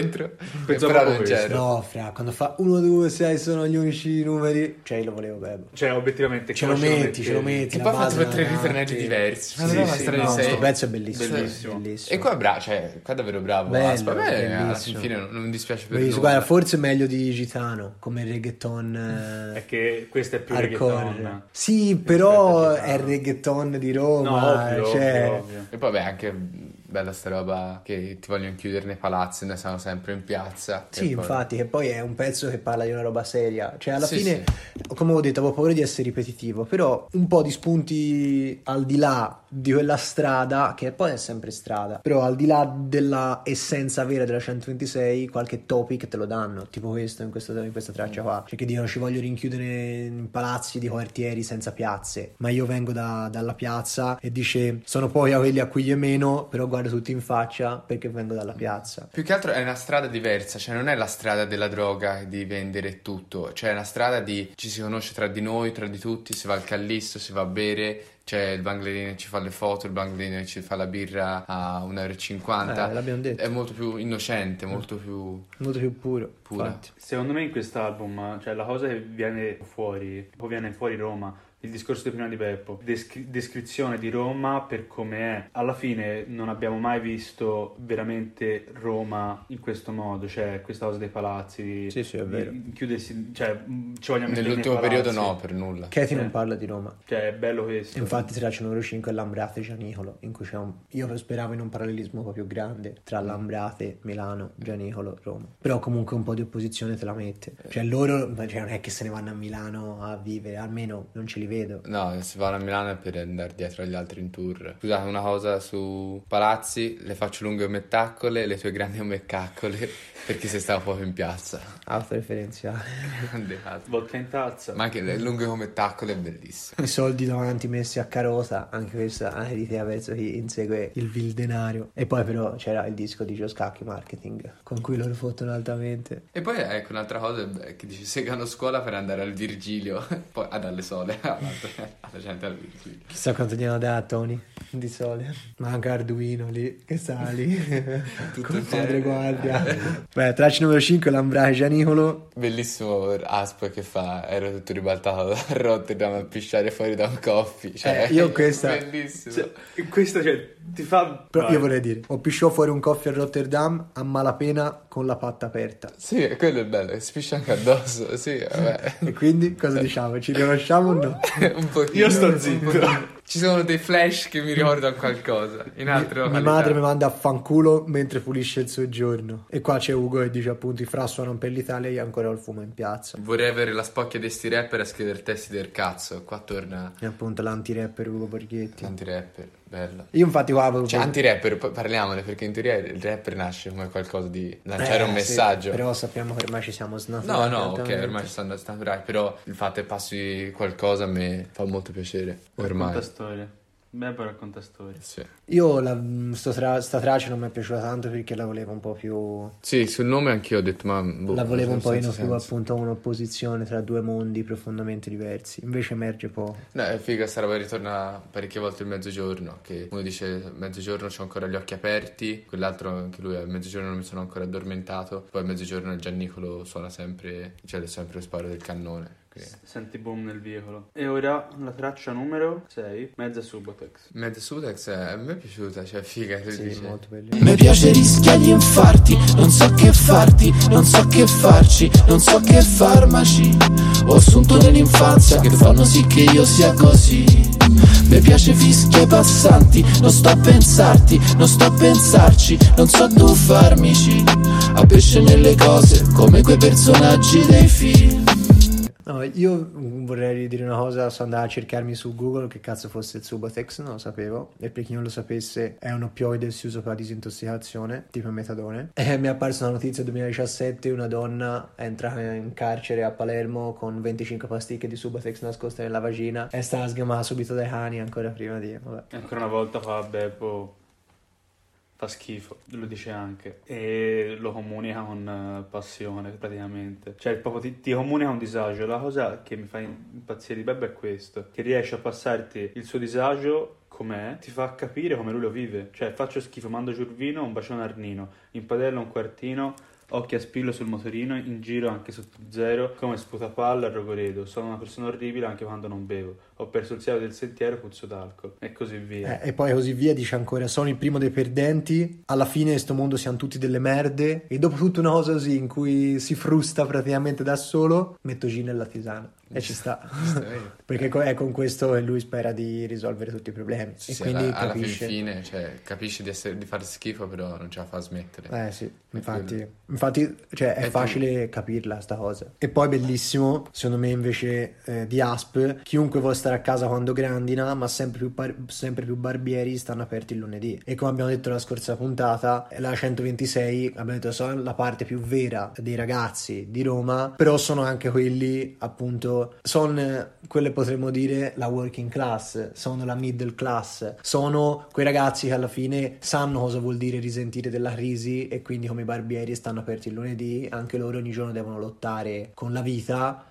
Speaker 3: dentro.
Speaker 4: Pensavo
Speaker 3: però
Speaker 4: proprio
Speaker 3: non
Speaker 4: questo.
Speaker 3: c'era.
Speaker 5: No, fra, quando fa uno, due, sei sono gli unici numeri, cioè io lo volevo Bebo.
Speaker 4: Cioè, obiettivamente...
Speaker 5: Ce lo
Speaker 4: come
Speaker 5: metti, ce lo metti.
Speaker 3: Che
Speaker 5: la
Speaker 3: poi ha fatto
Speaker 5: base
Speaker 3: per tre
Speaker 5: la
Speaker 3: ritornelli
Speaker 5: adatti.
Speaker 3: diversi. Ma
Speaker 4: Sì,
Speaker 3: non è una
Speaker 4: sì,
Speaker 3: storia
Speaker 5: No,
Speaker 3: di sei.
Speaker 5: sto pezzo è bellissimo.
Speaker 4: Bellissimo.
Speaker 5: bellissimo.
Speaker 3: E qua è bravo, cioè, qua è davvero bravo.
Speaker 5: Bello,
Speaker 3: Aspa. A me alla
Speaker 5: bellissimo.
Speaker 3: fine non, non mi dispiace per
Speaker 5: Bellissimo.
Speaker 3: nulla.
Speaker 5: Guarda, forse è meglio di Gitano, come reggaeton
Speaker 4: È
Speaker 5: eh,
Speaker 4: che questo è più
Speaker 5: hardcore.
Speaker 4: reggaeton.
Speaker 5: Sì, però
Speaker 4: Rispetto a
Speaker 5: è
Speaker 4: Gitano.
Speaker 5: il reggaeton di Roma.
Speaker 4: No, ovvio,
Speaker 5: cioè...
Speaker 4: ovvio, ovvio.
Speaker 3: E poi beh, anche bella sta roba che ti vogliono chiudere nei palazzi, noi siamo sempre in piazza.
Speaker 5: Sì,
Speaker 3: E poi-
Speaker 5: infatti, che poi è un pezzo che parla di una roba seria. Cioè, alla
Speaker 3: Sì,
Speaker 5: fine, come ho detto, avevo paura di essere ripetitivo, però un po' di spunti al di là di quella strada, che poi è sempre strada, però al di là della essenza vera della centoventisei, qualche topic te lo danno, tipo questo in, questo, in questa traccia qua. Cioè che dicono ci voglio rinchiudere in palazzi di quartieri senza piazze, ma io vengo da- dalla piazza, e dice sono poi a quelli a cui gli è meno, però guardo tutti in faccia perché vengo dalla piazza.
Speaker 3: Più che altro è una strada diversa, cioè non è la strada della droga di vendere tutto, cioè è una strada di ci si conosce tra di noi, tra di tutti, si va al Callisto, si va a bere, c'è il Bangladino che ci fa le foto, il Bangladino che ci fa la birra a un euro e cinquanta.
Speaker 5: Eh, l'abbiamo detto.
Speaker 3: È molto più innocente, molto più
Speaker 5: Molto più puro,
Speaker 3: pura.
Speaker 5: infatti.
Speaker 4: Secondo me in quest'album, cioè la cosa che viene fuori, poi viene fuori Roma, il discorso di prima di Beppo, descri- descrizione di Roma per come è. Alla fine non abbiamo mai visto veramente Roma in questo modo, cioè questa cosa dei palazzi, di,
Speaker 5: Sì, sì, è vero.
Speaker 4: di chiudersi, cioè mh, ci vogliamo mettere
Speaker 3: Nell'ultimo
Speaker 4: nei palazzi.
Speaker 3: periodo no, per nulla.
Speaker 5: Katie
Speaker 4: Sì.
Speaker 5: non parla di Roma.
Speaker 4: Cioè è bello questo.
Speaker 5: Infatti traccia numero cinque è Lambrate Gianicolo, in cui c'è un... io speravo in un parallelismo un po' più grande tra Lambrate, Milano, Gianicolo, Roma. Però comunque un po' di opposizione te la mette. Cioè loro, cioè, non è che se ne vanno a Milano a vivere, almeno non ce li vedo.
Speaker 3: No, se vanno a Milano è per andare dietro agli altri in tour. Scusate, una cosa su Palazzi, le faccio lunghe come taccole, le tue grandi come caccole, perché sei stato poco in piazza.
Speaker 5: Autoreferenziale.
Speaker 3: Grande cazzo.
Speaker 4: Vodka in tazza.
Speaker 3: Ma anche le lunghe come taccole è bellissimo.
Speaker 5: I soldi davanti messi a carota, anche questa anche di te verso chi insegue il vil denario. E poi però c'era il disco di Gio Scacchi Marketing, con cui loro fottono altamente.
Speaker 3: E poi ecco un'altra cosa è che dice segano scuola per andare al Virgilio, poi ad alle sole, alla gente al Virgilio.
Speaker 5: Chissà quanto glielo dà Tony di sole. Manca Arduino lì, che sta lì con il padre guardia. Beh, traccia numero cinque, Lambrate Gianicolo.
Speaker 3: Bellissimo Aspo che fa, ero tutto ribaltato da Rotterdam a pisciare fuori da un coffee, cioè
Speaker 5: Eh, io questa-
Speaker 3: bellissimo.
Speaker 4: Cioè, questo cioè ti fa...
Speaker 5: Però
Speaker 4: vai.
Speaker 5: io vorrei dire, ho pisciato fuori un coffee a Rotterdam a malapena con la patta aperta.
Speaker 3: Sì, quello è bello, che si piscia anche addosso, sì, vabbè.
Speaker 5: E quindi cosa diciamo? Ci riconosciamo o no?
Speaker 3: Un pochino.
Speaker 4: Io sto zitto.
Speaker 3: Ci sono dei flash che mi ricordano qualcosa. In altre
Speaker 5: Mia
Speaker 3: località.
Speaker 5: madre mi manda a fanculo mentre pulisce il soggiorno. E qua c'è Ugo che dice appunto i fra suonano per l'Italia e io ancora ho il fumo in piazza.
Speaker 3: Vorrei avere la spocchia di sti rapper a scrivere testi del cazzo. Qua torna
Speaker 5: E appunto l'anti-rapper Ugo Borghetti.
Speaker 3: l'anti-rapper, bello.
Speaker 5: Io infatti qua avevo...
Speaker 3: Cioè, anti-rapper, poi parliamone, perché in teoria il rapper nasce come qualcosa di lanciare
Speaker 5: Eh,
Speaker 3: un
Speaker 5: sì,
Speaker 3: messaggio.
Speaker 5: però sappiamo che ormai ci siamo
Speaker 3: No,
Speaker 5: snaturati.
Speaker 3: no, ok,
Speaker 5: altamente.
Speaker 3: ormai ci stanno snaturati, però il fatto che passi qualcosa a me fa molto piacere. Ormai.
Speaker 4: Racconta storie. Beppo racconta storie.
Speaker 3: Sì.
Speaker 5: Io la, sto tra, sta traccia non mi è piaciuta tanto perché la volevo un po' più...
Speaker 3: Sì, sul nome anch'io ho detto, ma... boh,
Speaker 5: la volevo un po' in
Speaker 3: senza
Speaker 5: più
Speaker 3: senso.
Speaker 5: appunto un'opposizione tra due mondi profondamente diversi. Invece emerge poco.
Speaker 3: No, è figa sta roba, ritorna parecchie volte il mezzogiorno, che uno dice mezzogiorno c'ho ancora gli occhi aperti, quell'altro anche lui a mezzogiorno non mi sono ancora addormentato, poi a mezzogiorno il Giannicolo suona sempre, cioè sempre lo sparo del cannone. che-
Speaker 4: Senti boom nel vicolo. E ora la traccia numero sei, Mezza Subotex.
Speaker 3: Mezzo Sudex eh, a me è piaciuta, cioè figa, che
Speaker 5: Sì,
Speaker 3: dice...
Speaker 5: molto bello.
Speaker 6: Mi piace rischiare gli infarti, non so che farti, non so che farci, non so che farmaci ho assunto nell'infanzia che fanno sì che io sia così. Mi piace fischia i passanti, non sto a pensarti, non sto a pensarci, non so dove farmici, a pesce nelle cose come quei personaggi dei film.
Speaker 5: No, io vorrei dire una cosa, sono andato a cercarmi su Google che cazzo fosse il Subotex, non lo sapevo, e per chi non lo sapesse è un oppioide si usa per la disintossicazione, tipo il metadone, e mi è apparsa una notizia del duemiladiciassette, una donna è entrata in carcere a Palermo con venticinque pasticche di Subotex nascoste nella vagina e è stata sgamata subito dai cani ancora prima di... vabbè.
Speaker 4: E ancora una volta fa Beppo, fa schifo, lo dice anche, e lo comunica con eh, passione praticamente, cioè proprio ti, ti comunica un disagio. La cosa che mi fa impazzire di Beppo è questo, che riesce a passarti il suo disagio com'è, ti fa capire come lui lo vive, cioè faccio schifo, mando giù il vino, un bacione a Arnino, in padella un quartino, occhi a spillo sul motorino, in giro anche sotto zero, come sputapalla a Rogoredo. Sono una persona orribile anche quando non bevo. Ho perso il cielo del sentiero, puzzo d'alcol. E così via.
Speaker 5: Eh, e poi così via, dice ancora, sono il primo dei perdenti, alla fine in sto mondo siamo tutti delle merde, e dopo tutta una cosa così in cui si frusta praticamente da solo, metto gin nella tisana. E ci sta. Perché co- è con questo e lui spera di risolvere tutti i problemi.
Speaker 3: Sì,
Speaker 5: e
Speaker 3: sì,
Speaker 5: quindi
Speaker 3: alla, alla
Speaker 5: capisce.
Speaker 3: fin fine, cioè, capisce di, essere, di fare schifo, però non ce la fa a smettere.
Speaker 5: Eh sì, infatti, infatti cioè, è
Speaker 3: E tu-
Speaker 5: facile capirla sta cosa. E poi bellissimo, secondo me invece eh, di Asp, chiunque vuole stare a casa quando grandina, ma sempre più, par- sempre più barbieri stanno aperti il lunedì. E come abbiamo detto la scorsa puntata, la centoventisei, abbiamo detto, sono la parte più vera dei ragazzi di Roma, però sono anche quelli, appunto, sono quelle potremmo dire la working class, sono la middle class, sono quei ragazzi che alla fine sanno cosa vuol dire risentire della crisi e quindi come i barbieri stanno aperti il lunedì, anche loro ogni giorno devono lottare con la vita,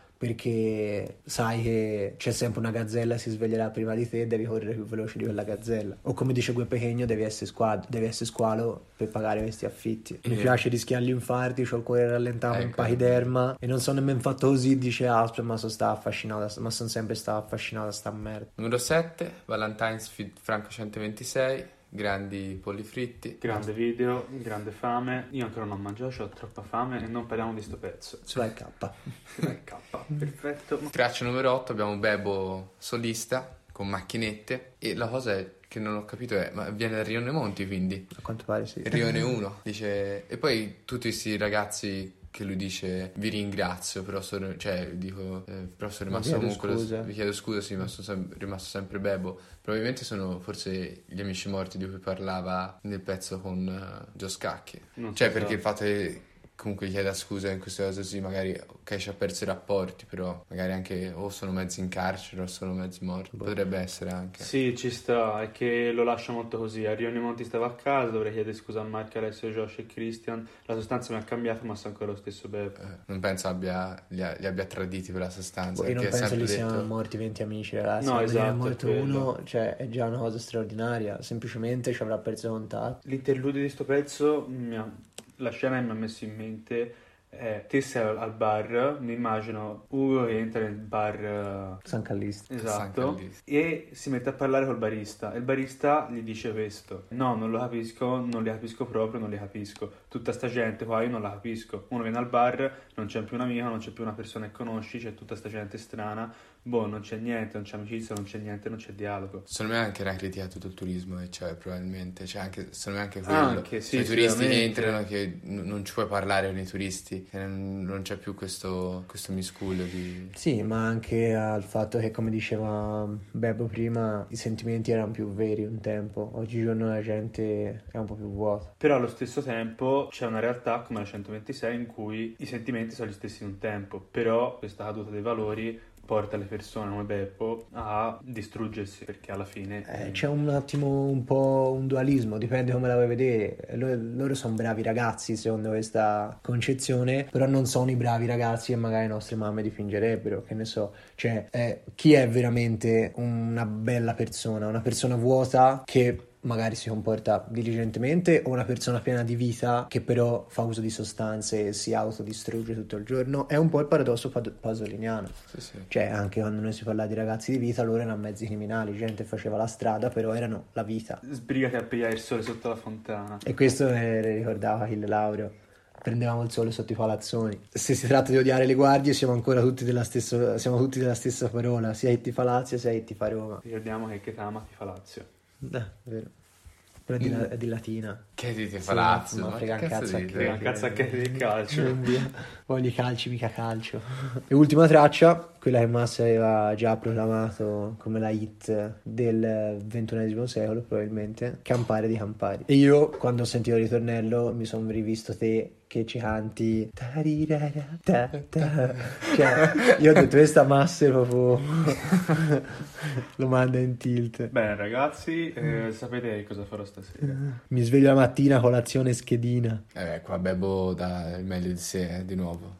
Speaker 5: perché sai che c'è sempre una gazzella che si sveglierà prima di te e devi correre più veloce di quella gazzella, o come dice quel Pechegno, devi essere, squad- devi essere squalo per pagare questi affitti. Mi
Speaker 3: Eh.
Speaker 5: piace rischiare gli infarti, c'ho il cuore rallentato, un
Speaker 3: Ecco.
Speaker 5: pachiderma e non sono nemmeno fatto così, dice Asp, ma sono stato affascinato da- ma sono sempre stato affascinato da sta merda.
Speaker 3: Numero sette, Valentine's Feed Franco centoventisei, grandi polli fritti.
Speaker 4: Grande video, grande fame. Io ancora non ho mangiato, ho troppa fame e non parliamo di sto pezzo.
Speaker 5: Sulla K.
Speaker 4: Dai, K, perfetto.
Speaker 3: Traccia numero otto, abbiamo Bebo solista con macchinette, e la cosa è che non ho capito è, ma viene da Rione Monti, quindi
Speaker 5: A quanto pare sì.
Speaker 3: Rione uno, dice, e poi tutti questi ragazzi che lui dice vi ringrazio, però sono, cioè dico, eh, però sono
Speaker 5: Ma
Speaker 3: rimasto
Speaker 5: chiedo
Speaker 3: comunque lo-
Speaker 5: scusa.
Speaker 3: vi chiedo scusa, sì, ma sono sem- rimasto sempre Bebo. Probabilmente sono forse gli amici morti di cui parlava nel pezzo con uh, Gio Scacchi,
Speaker 4: Non
Speaker 3: cioè
Speaker 4: si
Speaker 3: perché
Speaker 4: sa.
Speaker 3: il fatto che comunque chieda scusa in queste cose così, magari ok ci ha perso i rapporti, però magari anche o sono mezzi in carcere o sono mezzi morti, potrebbe essere anche.
Speaker 4: Sì, ci sta, è che lo lascia molto così. A Rione Monti stava a casa, dovrei chiedere scusa a Marco, Alessio, Josh e Christian. La sostanza mi ha cambiato, ma sa ancora lo stesso Bebo.
Speaker 3: Eh, non penso abbia, li, ha- li abbia traditi per la sostanza,
Speaker 5: Io non
Speaker 3: perché è
Speaker 5: penso
Speaker 3: sempre
Speaker 5: li siano
Speaker 3: detto
Speaker 5: morti venti amici, ragazzi.
Speaker 4: No,
Speaker 5: Quando ne
Speaker 4: esatto,
Speaker 5: è morto
Speaker 4: è quello.
Speaker 5: uno, cioè è già una cosa straordinaria, semplicemente ci avrà perso contatto.
Speaker 4: L'interludio di sto pezzo, mi ha- la scena mi ha messo in mente. Eh, te sei al al bar, mi immagino Ugo che entra nel bar,
Speaker 5: San Callisto.
Speaker 4: eh,
Speaker 3: San
Speaker 4: esatto,
Speaker 3: Callisto.
Speaker 4: e si mette a parlare col barista, e il barista gli dice questo: no, non lo capisco, non li capisco proprio, non li capisco, tutta sta gente qua io non la capisco. Uno viene al bar, non c'è più un amico, non c'è più una persona che conosci, c'è tutta sta gente strana, boh, non c'è niente, non c'è amicizia, non c'è niente, non c'è dialogo.
Speaker 3: Secondo me è anche una critica a tutto il turismo che c'è, probabilmente, cioè anche, secondo me anche quello.
Speaker 4: Anche, sì,
Speaker 3: Cioè, i turisti
Speaker 4: sicuramente.
Speaker 3: entrano che n- non ci puoi parlare con i turisti, che non, non c'è più questo, questo miscuglio di...
Speaker 5: Sì, ma anche al fatto che, come diceva Bebo prima, i sentimenti erano più veri un tempo. Oggigiorno la gente è un po' più vuota.
Speaker 4: Però allo stesso tempo c'è una realtà come la centoventisei in cui i sentimenti sono gli stessi in un tempo, però questa caduta dei valori porta le persone come Beppo a distruggersi, perché alla fine
Speaker 5: Eh, c'è un attimo un po' un dualismo, dipende come la vuoi vedere. Loro, loro sono bravi ragazzi secondo questa concezione, però non sono i bravi ragazzi che magari le nostre mamme dipingerebbero, che ne so. Cioè, eh, chi è veramente una bella persona? Una persona vuota che magari si comporta diligentemente, o una persona piena di vita che però fa uso di sostanze e si autodistrugge tutto il giorno? È un po' il paradosso pad- pasoliniano.
Speaker 3: Sì, sì.
Speaker 5: Cioè, anche quando noi si parla di ragazzi di vita, loro erano mezzi criminali, gente che faceva la strada, però erano la vita.
Speaker 4: sbrigati a pigliare il sole sotto la fontana.
Speaker 5: E questo me ne ricordava Achille Lauro. Prendevamo il sole sotto i palazzoni. Se si tratta di odiare le guardie, siamo ancora tutti della stessa, siamo tutti della stessa parola, sia che ti fa Lazio sia che ti fa Roma.
Speaker 4: Ricordiamo che Ketama ti fa Lazio.
Speaker 5: Eh, è vero. Però è di, la- è di latina.
Speaker 3: Che dite
Speaker 5: Sì,
Speaker 3: palazzo?
Speaker 5: ma
Speaker 3: Ma
Speaker 5: frega
Speaker 3: che
Speaker 5: un
Speaker 3: cazzo
Speaker 5: cazzo a
Speaker 3: dite?
Speaker 5: che-
Speaker 4: Frega un cazzo a che del calcio.
Speaker 5: Voglio i calci, mica calcio. E ultima traccia, quella che Massa aveva già proclamato come la hit del ventunesimo secolo, probabilmente, Campare di Campari. E io, quando ho sentito il ritornello, mi sono rivisto te che ci canti tarirara, ta, ta. Cioè, io ho detto questa Massa è proprio lo manda in tilt.
Speaker 4: Bene ragazzi, eh, sapete cosa farò stasera?
Speaker 5: Mi sveglio la mattina, colazione schedina.
Speaker 3: Eh beh, qua Bebo dà il meglio di sé, eh, di nuovo.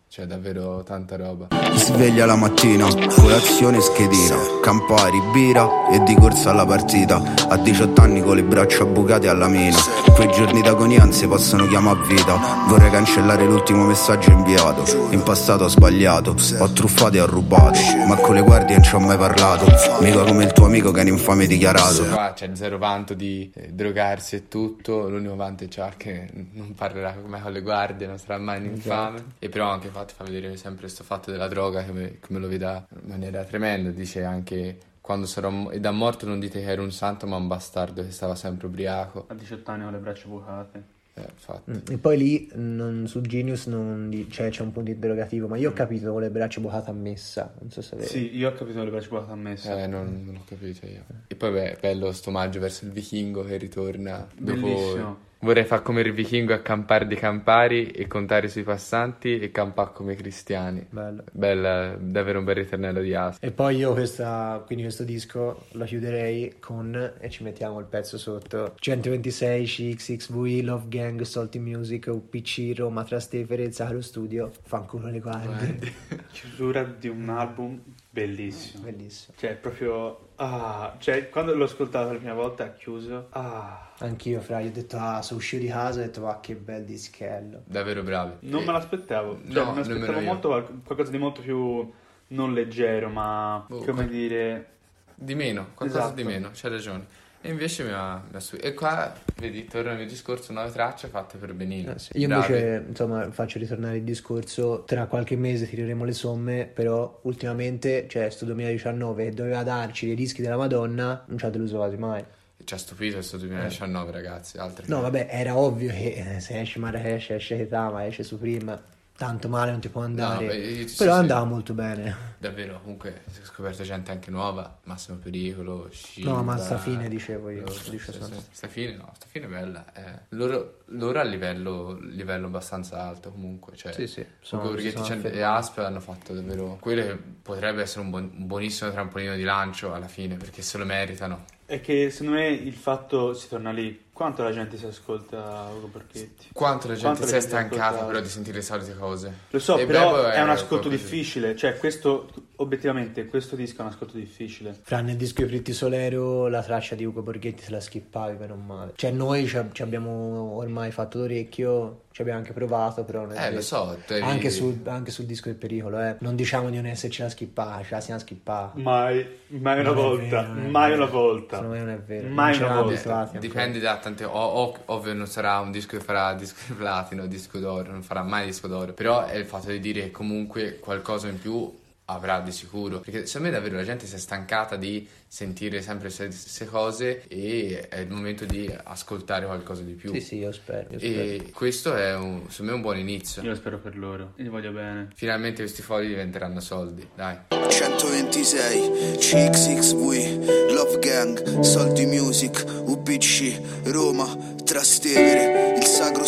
Speaker 3: C'è davvero tanta roba.
Speaker 7: Sveglia la mattina, colazione schedina, Campari, birra e di corsa alla partita. A diciotto anni con le braccia bucate alla mina. Quei giorni d'agonia non si possono chiamare vita. Vorrei cancellare l'ultimo messaggio inviato. In passato ho sbagliato, ho truffato e ho rubato, ma con le guardie non ci ho mai parlato. Mica come il tuo amico che è un infame dichiarato.
Speaker 3: Qua c'è zero vanto di eh, drogarsi e tutto. L'unico vanto c'ha che non parlerà come con le guardie, non sarà mai un infame. E però anche infatti fa vedere sempre questo fatto della droga che me, che me lo veda in maniera tremenda. Dice anche: quando sarò ed a morto non dite che ero un santo ma un bastardo che stava sempre ubriaco.
Speaker 4: A diciotto anni con le braccia bucate.
Speaker 3: Eh, infatti.
Speaker 5: Mm. E poi lì non, su Genius non di, cioè, c'è un punto interrogativo, ma io ho capito con le bracce bucate a messa, non so se è vero.
Speaker 4: Sì, io ho capito con le braccia bucate a messa.
Speaker 3: Eh, non, non ho capito io. E poi beh, bello sto omaggio verso il vichingo che ritorna dopo.
Speaker 4: Bellissimo.
Speaker 3: Vorrei fare come il vichingo a campare di campari e contare sui passanti e campare come i cristiani.
Speaker 5: Bello.
Speaker 3: Bella, davvero un bel ritornello di Asta.
Speaker 5: E poi io questa, quindi questo disco lo chiuderei con, e ci mettiamo il pezzo sotto, centoventisei, C X X V, Love Gang, Salty Music, U P C, Roma, Trastevere, Zacaro Studio, fanculo le guardie.
Speaker 4: Chiusura di un album bellissimo.
Speaker 5: Bellissimo.
Speaker 4: Cioè proprio ah, cioè quando l'ho ascoltato la prima volta ha chiuso. Ah,
Speaker 5: Anch'io, fra, io ho detto, ah, sono uscito di casa e ho detto, ma che bel dischello.
Speaker 3: Davvero bravi.
Speaker 4: non
Speaker 3: E-
Speaker 4: me l'aspettavo. Cioè,
Speaker 3: No,
Speaker 4: mi aspettavo
Speaker 3: nemmeno io.
Speaker 4: molto qual- qualcosa di molto più non leggero, ma
Speaker 3: Boh,
Speaker 4: come
Speaker 3: que-
Speaker 4: dire,
Speaker 3: Di meno, qualcosa
Speaker 4: Esatto.
Speaker 3: di meno, c'hai ragione. E invece mi ha, mi ha stu- E qua, vedi, torno al mio discorso, nuove tracce fatte per Benino.
Speaker 5: Eh sì. Io
Speaker 3: Bravi.
Speaker 5: invece, insomma, faccio ritornare il discorso, tra qualche mese tireremo le somme, però ultimamente, cioè, sto duemiladiciannove che doveva darci dei dischi della Madonna, non ci ha deluso quasi mai.
Speaker 3: Ci ha stupito questo duemiladiciannove, ragazzi. Altre
Speaker 5: No,
Speaker 3: che-
Speaker 5: vabbè, era ovvio che eh, se esce Marrakesh, esce Ketama, esce Supreme, tanto male non ti può andare.
Speaker 3: No, beh, io- sì,
Speaker 5: però
Speaker 3: sì.
Speaker 5: andava molto bene.
Speaker 3: Davvero, comunque, si è scoperto gente anche nuova. Massimo Pericolo, Shiva.
Speaker 5: No, ma sta fine, dicevo io,
Speaker 3: Loro,
Speaker 5: dice
Speaker 3: sì,
Speaker 5: Santa.
Speaker 3: sì. Sta fine, no, sta fine è bella. eh. Loro, loro a livello, livello abbastanza alto, comunque. Cioè,
Speaker 5: Sì, sì, sono-
Speaker 3: Ugo
Speaker 5: si
Speaker 3: Borghetti
Speaker 5: sono
Speaker 3: e
Speaker 5: affermati.
Speaker 3: Aspe hanno fatto davvero quello che potrebbe essere un, buon- un buonissimo trampolino di lancio alla fine, perché se lo meritano.
Speaker 4: è che secondo me il fatto si torna lì. Quanto la gente si ascolta Ugo Borghetti?
Speaker 3: Quanto la gente
Speaker 4: Quanto
Speaker 3: si
Speaker 4: la
Speaker 3: è
Speaker 4: gente
Speaker 3: stancata
Speaker 4: ascolta-
Speaker 3: però di sentire le solite cose.
Speaker 4: Lo so,
Speaker 3: E
Speaker 4: però
Speaker 3: Bebo
Speaker 4: è un ascolto
Speaker 3: qualcosa di-
Speaker 4: difficile. Cioè, questo, obiettivamente, questo disco è un ascolto difficile.
Speaker 5: Fra nel disco di Pretty Solero la traccia di Ugo Borghetti se la skippavi per non male. Cioè noi ci, ci abbiamo ormai fatto l'orecchio, ci abbiamo anche provato, però non è
Speaker 3: Eh,
Speaker 5: detto.
Speaker 3: lo so, tu eri-
Speaker 5: anche, sul, anche sul disco del Pericolo, eh. Non diciamo di non esserci la skippata, ce la siamo skippata.
Speaker 4: Mai, mai una
Speaker 5: Non è
Speaker 4: volta,
Speaker 5: vero, non è
Speaker 4: mai
Speaker 5: vero.
Speaker 4: una volta.
Speaker 5: Secondo me non è vero.
Speaker 4: Mai
Speaker 5: Non
Speaker 4: una
Speaker 5: c'eravamo
Speaker 4: volta.
Speaker 5: abituati ancora.
Speaker 3: Dipende da tante. O, o- ovvio, non sarà un disco che farà disco di platino, disco d'oro, non farà mai disco d'oro. Però è il fatto di dire che comunque qualcosa in più avrà di sicuro. Perché secondo me davvero la gente si è stancata di sentire sempre le stesse cose e è il momento di ascoltare qualcosa di più.
Speaker 5: Sì, sì, io spero. Io spero.
Speaker 3: E questo è un, secondo me un buon inizio.
Speaker 4: Io lo spero per loro, io li voglio bene.
Speaker 3: Finalmente questi fogli diventeranno soldi, dai.
Speaker 7: centoventisei, C X X V, Love Gang, Salty Music, U P C, Roma, Trastevere, il Sacro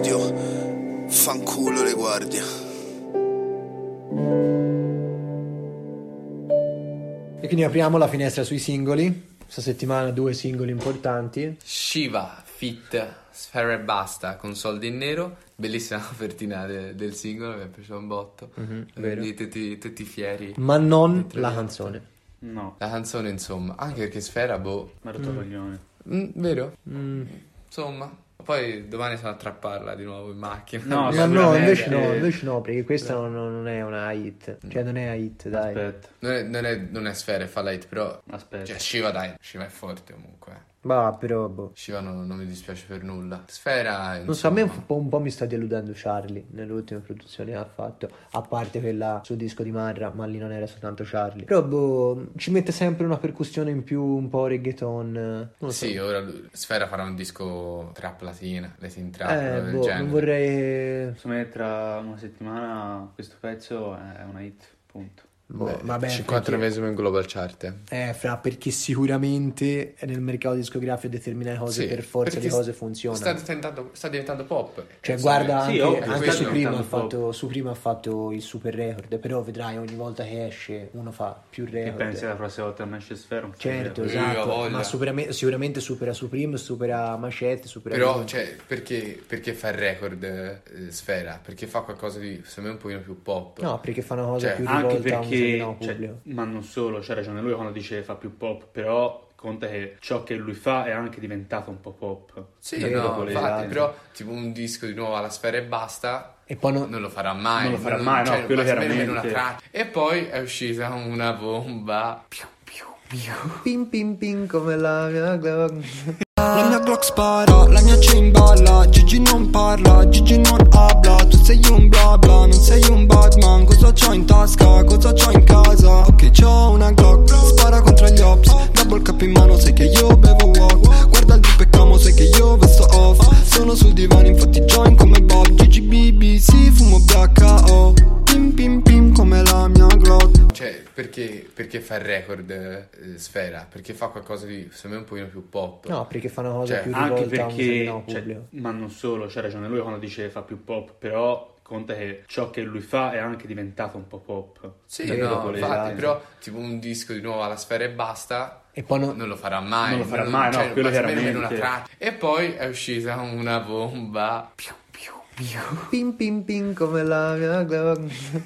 Speaker 7: Studio, fanculo le guardie.
Speaker 5: E quindi apriamo la finestra sui singoli. Questa settimana due singoli importanti.
Speaker 3: Shiva Fit Sfera e Basta con Soldi in Nero, bellissima copertina de- del singolo, mi è piaciuto un botto.
Speaker 5: vero.
Speaker 3: Lì tutti, tutti fieri.
Speaker 5: Ma non
Speaker 3: Dentro
Speaker 5: la
Speaker 3: le-
Speaker 5: canzone.
Speaker 4: No,
Speaker 3: La canzone, insomma, anche perché Sfera, boh,
Speaker 4: mi ha rotto il coglione.
Speaker 3: mm, vero?
Speaker 5: Mm.
Speaker 3: Insomma, poi domani sono a trapparla di nuovo in macchina.
Speaker 4: No,
Speaker 5: Ma no,
Speaker 4: sicuramente.
Speaker 5: invece no, invece no, perché questa non, non è una hit. Cioè non è una hit, dai.
Speaker 4: Aspetta,
Speaker 3: Non è, non è, non è Sfera, è fa light, però.
Speaker 4: aspetta.
Speaker 3: Cioè, Shiva, dai, Shiva è forte comunque. eh.
Speaker 5: Ma però, boh.
Speaker 3: Shiva non, non mi dispiace per nulla. Sfera,
Speaker 5: Non so, a me un
Speaker 3: insomma,
Speaker 5: po', un po' mi sta deludendo Charlie nelle ultime produzioni che ha fatto, a parte quella sul disco di Marra, ma lì non era soltanto Charlie. Però boh, ci mette sempre una percussione in più, un po' reggaeton. Non lo so.
Speaker 3: Sì, ora lui- Sfera farà un disco trap latina, latin trap,
Speaker 5: Eh,
Speaker 3: roba del
Speaker 5: boh,
Speaker 3: genere.
Speaker 5: non vorrei.
Speaker 4: Secondo me tra una settimana questo pezzo è una hit, punto.
Speaker 5: Boh, vabbè,
Speaker 3: cinquantanovesimo in Global Chart.
Speaker 5: Eh, fra, perché sicuramente nel mercato discografico determinate cose
Speaker 3: Sì,
Speaker 5: per forza
Speaker 3: perché
Speaker 5: le cose funzionano.
Speaker 3: Sta diventando, sta diventando pop.
Speaker 5: Cioè,
Speaker 3: Eh,
Speaker 5: guarda,
Speaker 3: sai,
Speaker 5: anche,
Speaker 4: sì, oh,
Speaker 5: anche
Speaker 3: quello
Speaker 5: su, prima ha
Speaker 4: diventando
Speaker 5: fatto, su prima ha fatto il super record, però vedrai ogni volta che esce uno fa più
Speaker 4: Che
Speaker 5: record.
Speaker 4: pensi la prossima volta a Manchester Fair?
Speaker 5: Certo,
Speaker 3: Io
Speaker 5: esatto,
Speaker 3: voglia.
Speaker 5: ma sicuramente, sicuramente supera Supreme, supera Machete, supera...
Speaker 3: Però,
Speaker 5: Blink.
Speaker 3: cioè, perché, perché fa il record eh, Sfera? Perché fa qualcosa di, secondo me, un pochino più pop.
Speaker 5: No, perché fa una cosa
Speaker 3: Cioè,
Speaker 5: più
Speaker 4: Anche
Speaker 5: rivolta a un
Speaker 4: perché,
Speaker 5: determinato
Speaker 4: cioè,
Speaker 5: pubblico.
Speaker 4: ma non solo, c'ha ragione lui quando dice fa più pop, però conta che ciò che lui fa è anche diventato un po' pop.
Speaker 3: Sì,
Speaker 4: Capito
Speaker 3: no,
Speaker 4: quale-
Speaker 3: infatti, però tipo un disco di nuovo alla Sfera e basta,
Speaker 5: E poi no-
Speaker 3: non lo farà mai.
Speaker 4: Non lo farà mai, no, quello
Speaker 3: ma nemmeno
Speaker 4: chiaramente.
Speaker 3: una traccia. E poi è uscita una bomba. Piu, piu, piu.
Speaker 5: Pim pim pim come la mia Glock.
Speaker 8: La mia Glock spara, la mia chain balla. Gigi non parla, Gigi non habla. Tu sei un bla bla, non sei un Batman. Cosa c'ho in tasca, cosa c'ho in casa? Ok, c'ho una Glock, spara contro gli ops. Double cup in mano, sai che io bevo walk. Guarda il drip e camo, sai che io vesto off. Sono sul divano, infatti join come Bob. Gigi B B C, fumo B H O. Pim pim pim come la mia Glock.
Speaker 3: Cioè, perché, perché fa il record eh, Sfera? Perché fa qualcosa di, secondo me, un pochino più pop.
Speaker 5: No, perché fa una cosa
Speaker 3: Cioè,
Speaker 5: più
Speaker 4: Anche
Speaker 5: rivolta a un
Speaker 4: perché,
Speaker 5: determinato
Speaker 4: cioè,
Speaker 5: pubblico.
Speaker 4: ma non solo, c'ha ragione lui quando dice fa più pop, però conta che ciò che lui fa è anche diventato un po' pop.
Speaker 3: Sì,
Speaker 4: Capito
Speaker 3: no,
Speaker 4: quale-
Speaker 3: infatti, però tipo un disco di nuovo alla Sfera e basta,
Speaker 5: E poi no-
Speaker 3: non lo farà mai.
Speaker 4: Non lo farà mai, no, quello
Speaker 3: ma nemmeno
Speaker 4: chiaramente.
Speaker 3: una traccia. E poi è uscita una bomba. Piu, piu, piu.
Speaker 5: Pim pim pim come la mia Glock.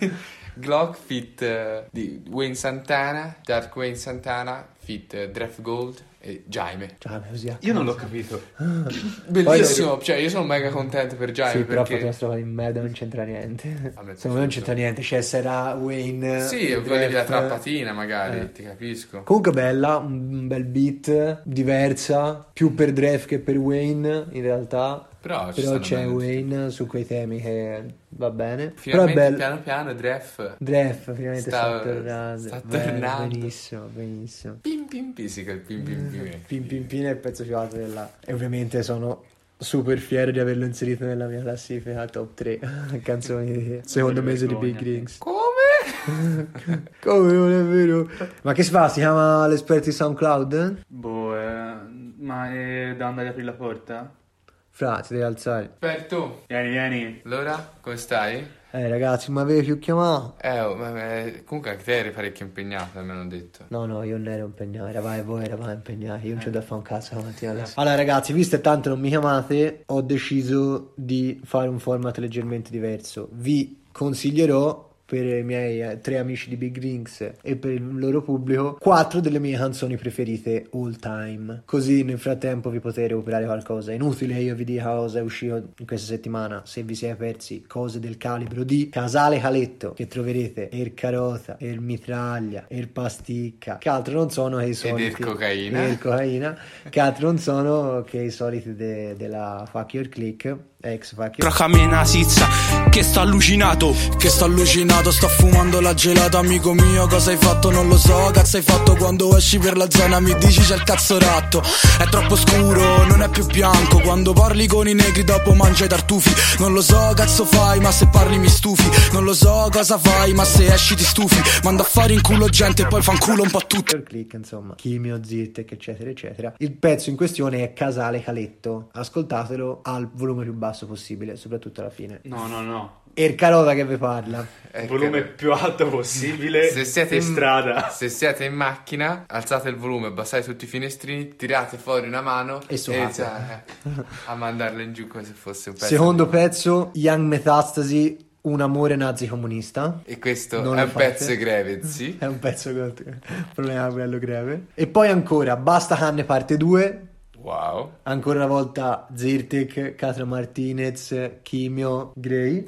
Speaker 3: Glock fit eh, di Wayne Santana, Dark Wayne Santana, fit eh, Draft Gold e Jaime.
Speaker 5: Cioè, così a
Speaker 4: Io non l'ho
Speaker 5: caso.
Speaker 4: capito.
Speaker 3: Bellissimo, cioè io sono mega contento per Jaime
Speaker 5: Sì, però ha fatto
Speaker 3: perché...
Speaker 5: una storia di merda, non c'entra niente.
Speaker 3: A me è
Speaker 5: Secondo me non
Speaker 3: piaciuto.
Speaker 5: c'entra niente. Cioè, se era Wayne.
Speaker 3: Sì,
Speaker 5: eh,
Speaker 3: volevi la
Speaker 5: Draft,
Speaker 3: trappatina magari,
Speaker 5: eh.
Speaker 3: ti capisco.
Speaker 5: Comunque bella, un un bel beat, diversa, più per Draft che per Wayne in realtà.
Speaker 3: Però, ci
Speaker 5: Però
Speaker 3: stanno
Speaker 5: c'è
Speaker 3: bene.
Speaker 5: Wayne su quei temi che va bene.
Speaker 3: Finalmente
Speaker 5: Però è bello.
Speaker 3: piano piano Draft
Speaker 5: Draft finalmente
Speaker 3: sta-
Speaker 5: sta, tornando.
Speaker 3: sta
Speaker 5: Bello,
Speaker 3: tornando.
Speaker 5: Benissimo, benissimo.
Speaker 3: pim pim pisica il pim pim pim.
Speaker 5: Pim pim pim è il pezzo più alto della... E ovviamente sono super fiero di averlo inserito nella mia classifica top tre canzoni di secondo mese di Big Rings.
Speaker 3: Come?
Speaker 5: Come non è vero? Ma che si fa? Si chiama l'esperto di SoundCloud?
Speaker 4: Boh, eh, ma è da andare ad aprire la porta?
Speaker 5: Fra, ti devi alzare.
Speaker 3: Aspetta,
Speaker 4: Vieni, vieni.
Speaker 3: allora, come stai?
Speaker 5: Eh ragazzi, ma avevi più chiamato?
Speaker 3: Eh, oh, ma, ma- comunque anche te eri parecchio impegnato, me l'hanno detto.
Speaker 5: No, no, io non ero impegnato, eravate voi, eravate impegnati, io non c'ho da fare un cazzo la mattina adesso. Allora ragazzi, visto che tanto non mi chiamate, ho deciso di fare un format leggermente diverso. Vi consiglierò, per i miei eh, tre amici di Big Rings e per il loro pubblico, quattro delle mie canzoni preferite all time. Così nel frattempo vi potete recuperare qualcosa. È inutile che io vi dica cosa è uscito in questa settimana se vi siete persi cose del calibro di Casale Caletto, che troverete Er Carota, Er Mitraglia, Er Pasticca, che altro non sono che i soliti
Speaker 3: Er Cocaina.
Speaker 5: Er Cocaina, che altro non sono che i soliti de- della Fuck Your Click, ex Fuck Your
Speaker 8: Tracami una sizza che sto allucinato, che sto allucinato, sto fumando la gelata, amico mio, cosa hai fatto non lo so, cazzo hai fatto quando esci per la zona, mi dici c'è il cazzo ratto, è troppo scuro, non è più bianco, quando parli con i negri dopo mangi i tartufi, non lo so cazzo fai, ma se parli mi stufi, non lo so cosa fai, ma se esci ti stufi, manda a fare in culo gente e poi fanculo un po' tutto.
Speaker 5: Your Click, insomma, Chimio, Zirtec, eccetera, eccetera. Il pezzo in questione è Casale Caletto, ascoltatelo al volume più basso possibile, soprattutto alla fine.
Speaker 4: No, no, no.
Speaker 5: Er Carota che vi parla.
Speaker 3: Eh,
Speaker 4: Il volume
Speaker 3: che-
Speaker 4: più alto possibile
Speaker 3: Se siete
Speaker 4: in
Speaker 3: in
Speaker 4: strada.
Speaker 3: Se siete in macchina, alzate il volume, abbassate tutti i finestrini, tirate fuori una mano
Speaker 5: E suonate.
Speaker 3: iniziate a mandarlo in giù come se fosse un pezzo.
Speaker 5: Secondo
Speaker 3: di-
Speaker 5: pezzo, Young Metastasi, Un amore nazi comunista.
Speaker 3: E questo
Speaker 5: Non
Speaker 3: è
Speaker 5: lo
Speaker 3: un
Speaker 5: fate.
Speaker 3: pezzo greve, sì.
Speaker 5: È un pezzo con problema quello greve. E poi ancora Basta Canne parte due.
Speaker 3: Wow.
Speaker 5: Ancora una volta Zirtec, Catra Martinez, Chimio, Grey.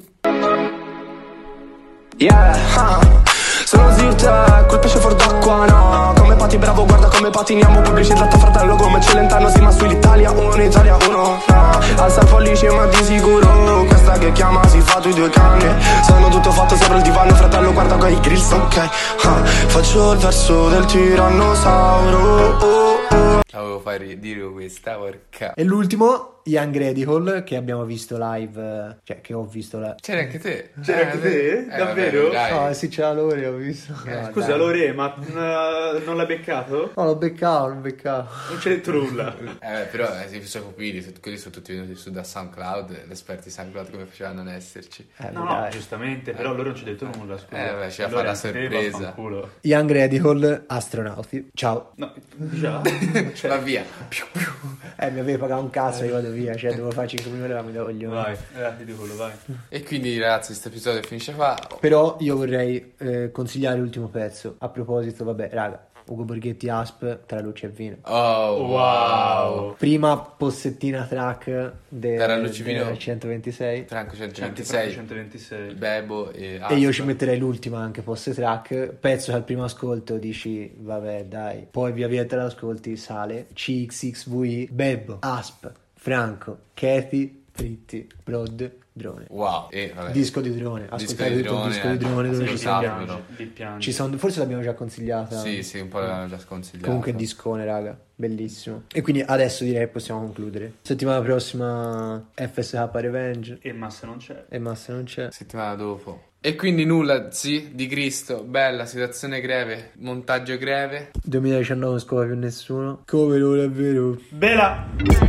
Speaker 8: Yeah, ah. Sono Zirtec, quel pesce fuor d'acqua, no. Come pati bravo, guarda come patiniamo. Pubblici tratta fratello come Celentano. Si ma sull'Italia uno, Italia uno, no. Alza il pollice ma di sicuro questa che chiama si fa tu due canne. Sono tutto fatto sopra il divano, fratello guarda quei grills, ok, ah. Faccio il verso del tirannosauro, oh, oh.
Speaker 3: Avevo fare dire questa, porca.
Speaker 5: E l'ultimo, Primo, Young Radical, che abbiamo visto live, cioè che ho visto la...
Speaker 3: C'era anche te.
Speaker 4: C'era anche te?
Speaker 3: Eh,
Speaker 4: Davvero?
Speaker 3: vabbè,
Speaker 5: No, sì, c'era Lore, ho visto.
Speaker 3: Eh,
Speaker 5: No,
Speaker 4: Scusa
Speaker 5: dai.
Speaker 4: Lore, ma uh, non l'ha beccato?
Speaker 5: No, l'ho beccato, l'ho beccato.
Speaker 4: Non c'è detto nulla.
Speaker 3: Eh, però eh, i suoi pupilli, quelli sono tutti venuti su da SoundCloud, l'esperto di SoundCloud come faceva a non esserci.
Speaker 5: Eh,
Speaker 4: No, no, giustamente, però loro non ci ha detto nulla, scusa.
Speaker 3: Eh, vabbè, ci va a
Speaker 4: Allora,
Speaker 3: fare la
Speaker 4: te,
Speaker 3: sorpresa.
Speaker 4: vaffanculo.
Speaker 5: Young Radical, astronauti. Ciao.
Speaker 4: No, già. Cioè,
Speaker 3: Va via.
Speaker 5: Eh, mi avevi pagato un cazzo, io vado via, cioè devo fare cinque minuti e mi do voglio.
Speaker 4: vai, eh, ridicolo, vai.
Speaker 3: E quindi ragazzi, questo episodio finisce qua.
Speaker 5: Però io vorrei eh, consigliare l'ultimo pezzo. A proposito, vabbè, raga, Ugo Borghetti Asp, tra luce e vino.
Speaker 3: Oh, wow.
Speaker 5: Prima possettina track de-
Speaker 3: Tra luce e vino.
Speaker 5: del centoventisei.
Speaker 3: Franco centoventisei,
Speaker 4: centoventisei.
Speaker 3: Bebo e
Speaker 5: E io
Speaker 3: Asp.
Speaker 5: ci metterei l'ultima anche post track. Pezzo che al primo ascolto dici vabbè dai, poi via via te l'ascolti sale. C X X V I, Bebo, Asp, Franco, Kathy, Fritti, Brod, Drone.
Speaker 3: Wow. E vabbè.
Speaker 5: Disco di Drone,
Speaker 3: Disco
Speaker 5: ascoltate
Speaker 3: di
Speaker 5: tutto il
Speaker 3: Drone,
Speaker 5: disco di
Speaker 3: eh.
Speaker 5: Drone dove
Speaker 3: Sì,
Speaker 5: ci
Speaker 3: lo
Speaker 5: sono,
Speaker 3: sapevo.
Speaker 4: piange, li piange.
Speaker 5: ci sono, forse l'abbiamo già consigliata.
Speaker 3: Sì, sì, un po' l'hanno già sconsigliato.
Speaker 5: Comunque discone, raga, bellissimo. E quindi adesso direi che possiamo concludere. Settimana prossima F S K Revenge
Speaker 4: E Massa non c'è.
Speaker 5: e Massa non c'è.
Speaker 3: Settimana dopo. E quindi nulla, sì, di Cristo, bella, situazione greve, montaggio greve.
Speaker 5: duemiladiciannove non scova più nessuno. Come non è vero?
Speaker 4: Bella!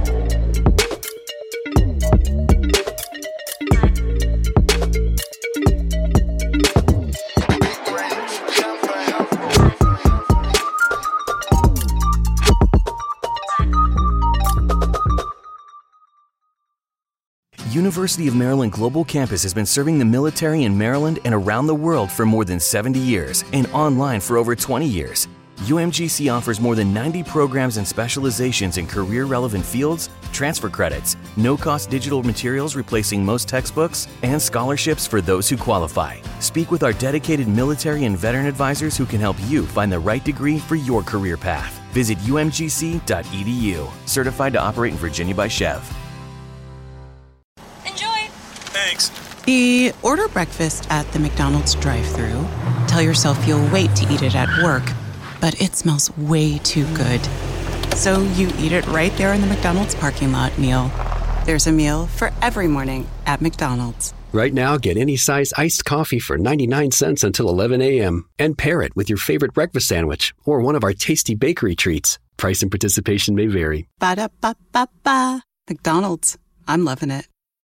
Speaker 9: University of Maryland Global Campus has been serving the military in Maryland and around the world for more than seventy years and online for over twenty years. U M G C offers more than ninety programs and specializations in career-relevant fields, transfer credits, no-cost digital materials replacing most textbooks, and scholarships for those who qualify. Speak with our dedicated military and veteran advisors who can help you find the right degree for your career path. Visit U M G C dot E D U. Certified to operate in Virginia by Chev.
Speaker 10: The order breakfast at the McDonald's drive-thru. Tell yourself you'll wait to eat it at work, but it smells way too good. So you eat it right there in the McDonald's parking lot meal. There's a meal for every morning at McDonald's.
Speaker 11: Right now, get any size iced coffee for ninety-nine cents until eleven a.m. and pair it with your favorite breakfast sandwich or one of our tasty bakery treats. Price and participation may vary.
Speaker 10: Ba-da-ba-ba-ba. McDonald's. I'm loving it.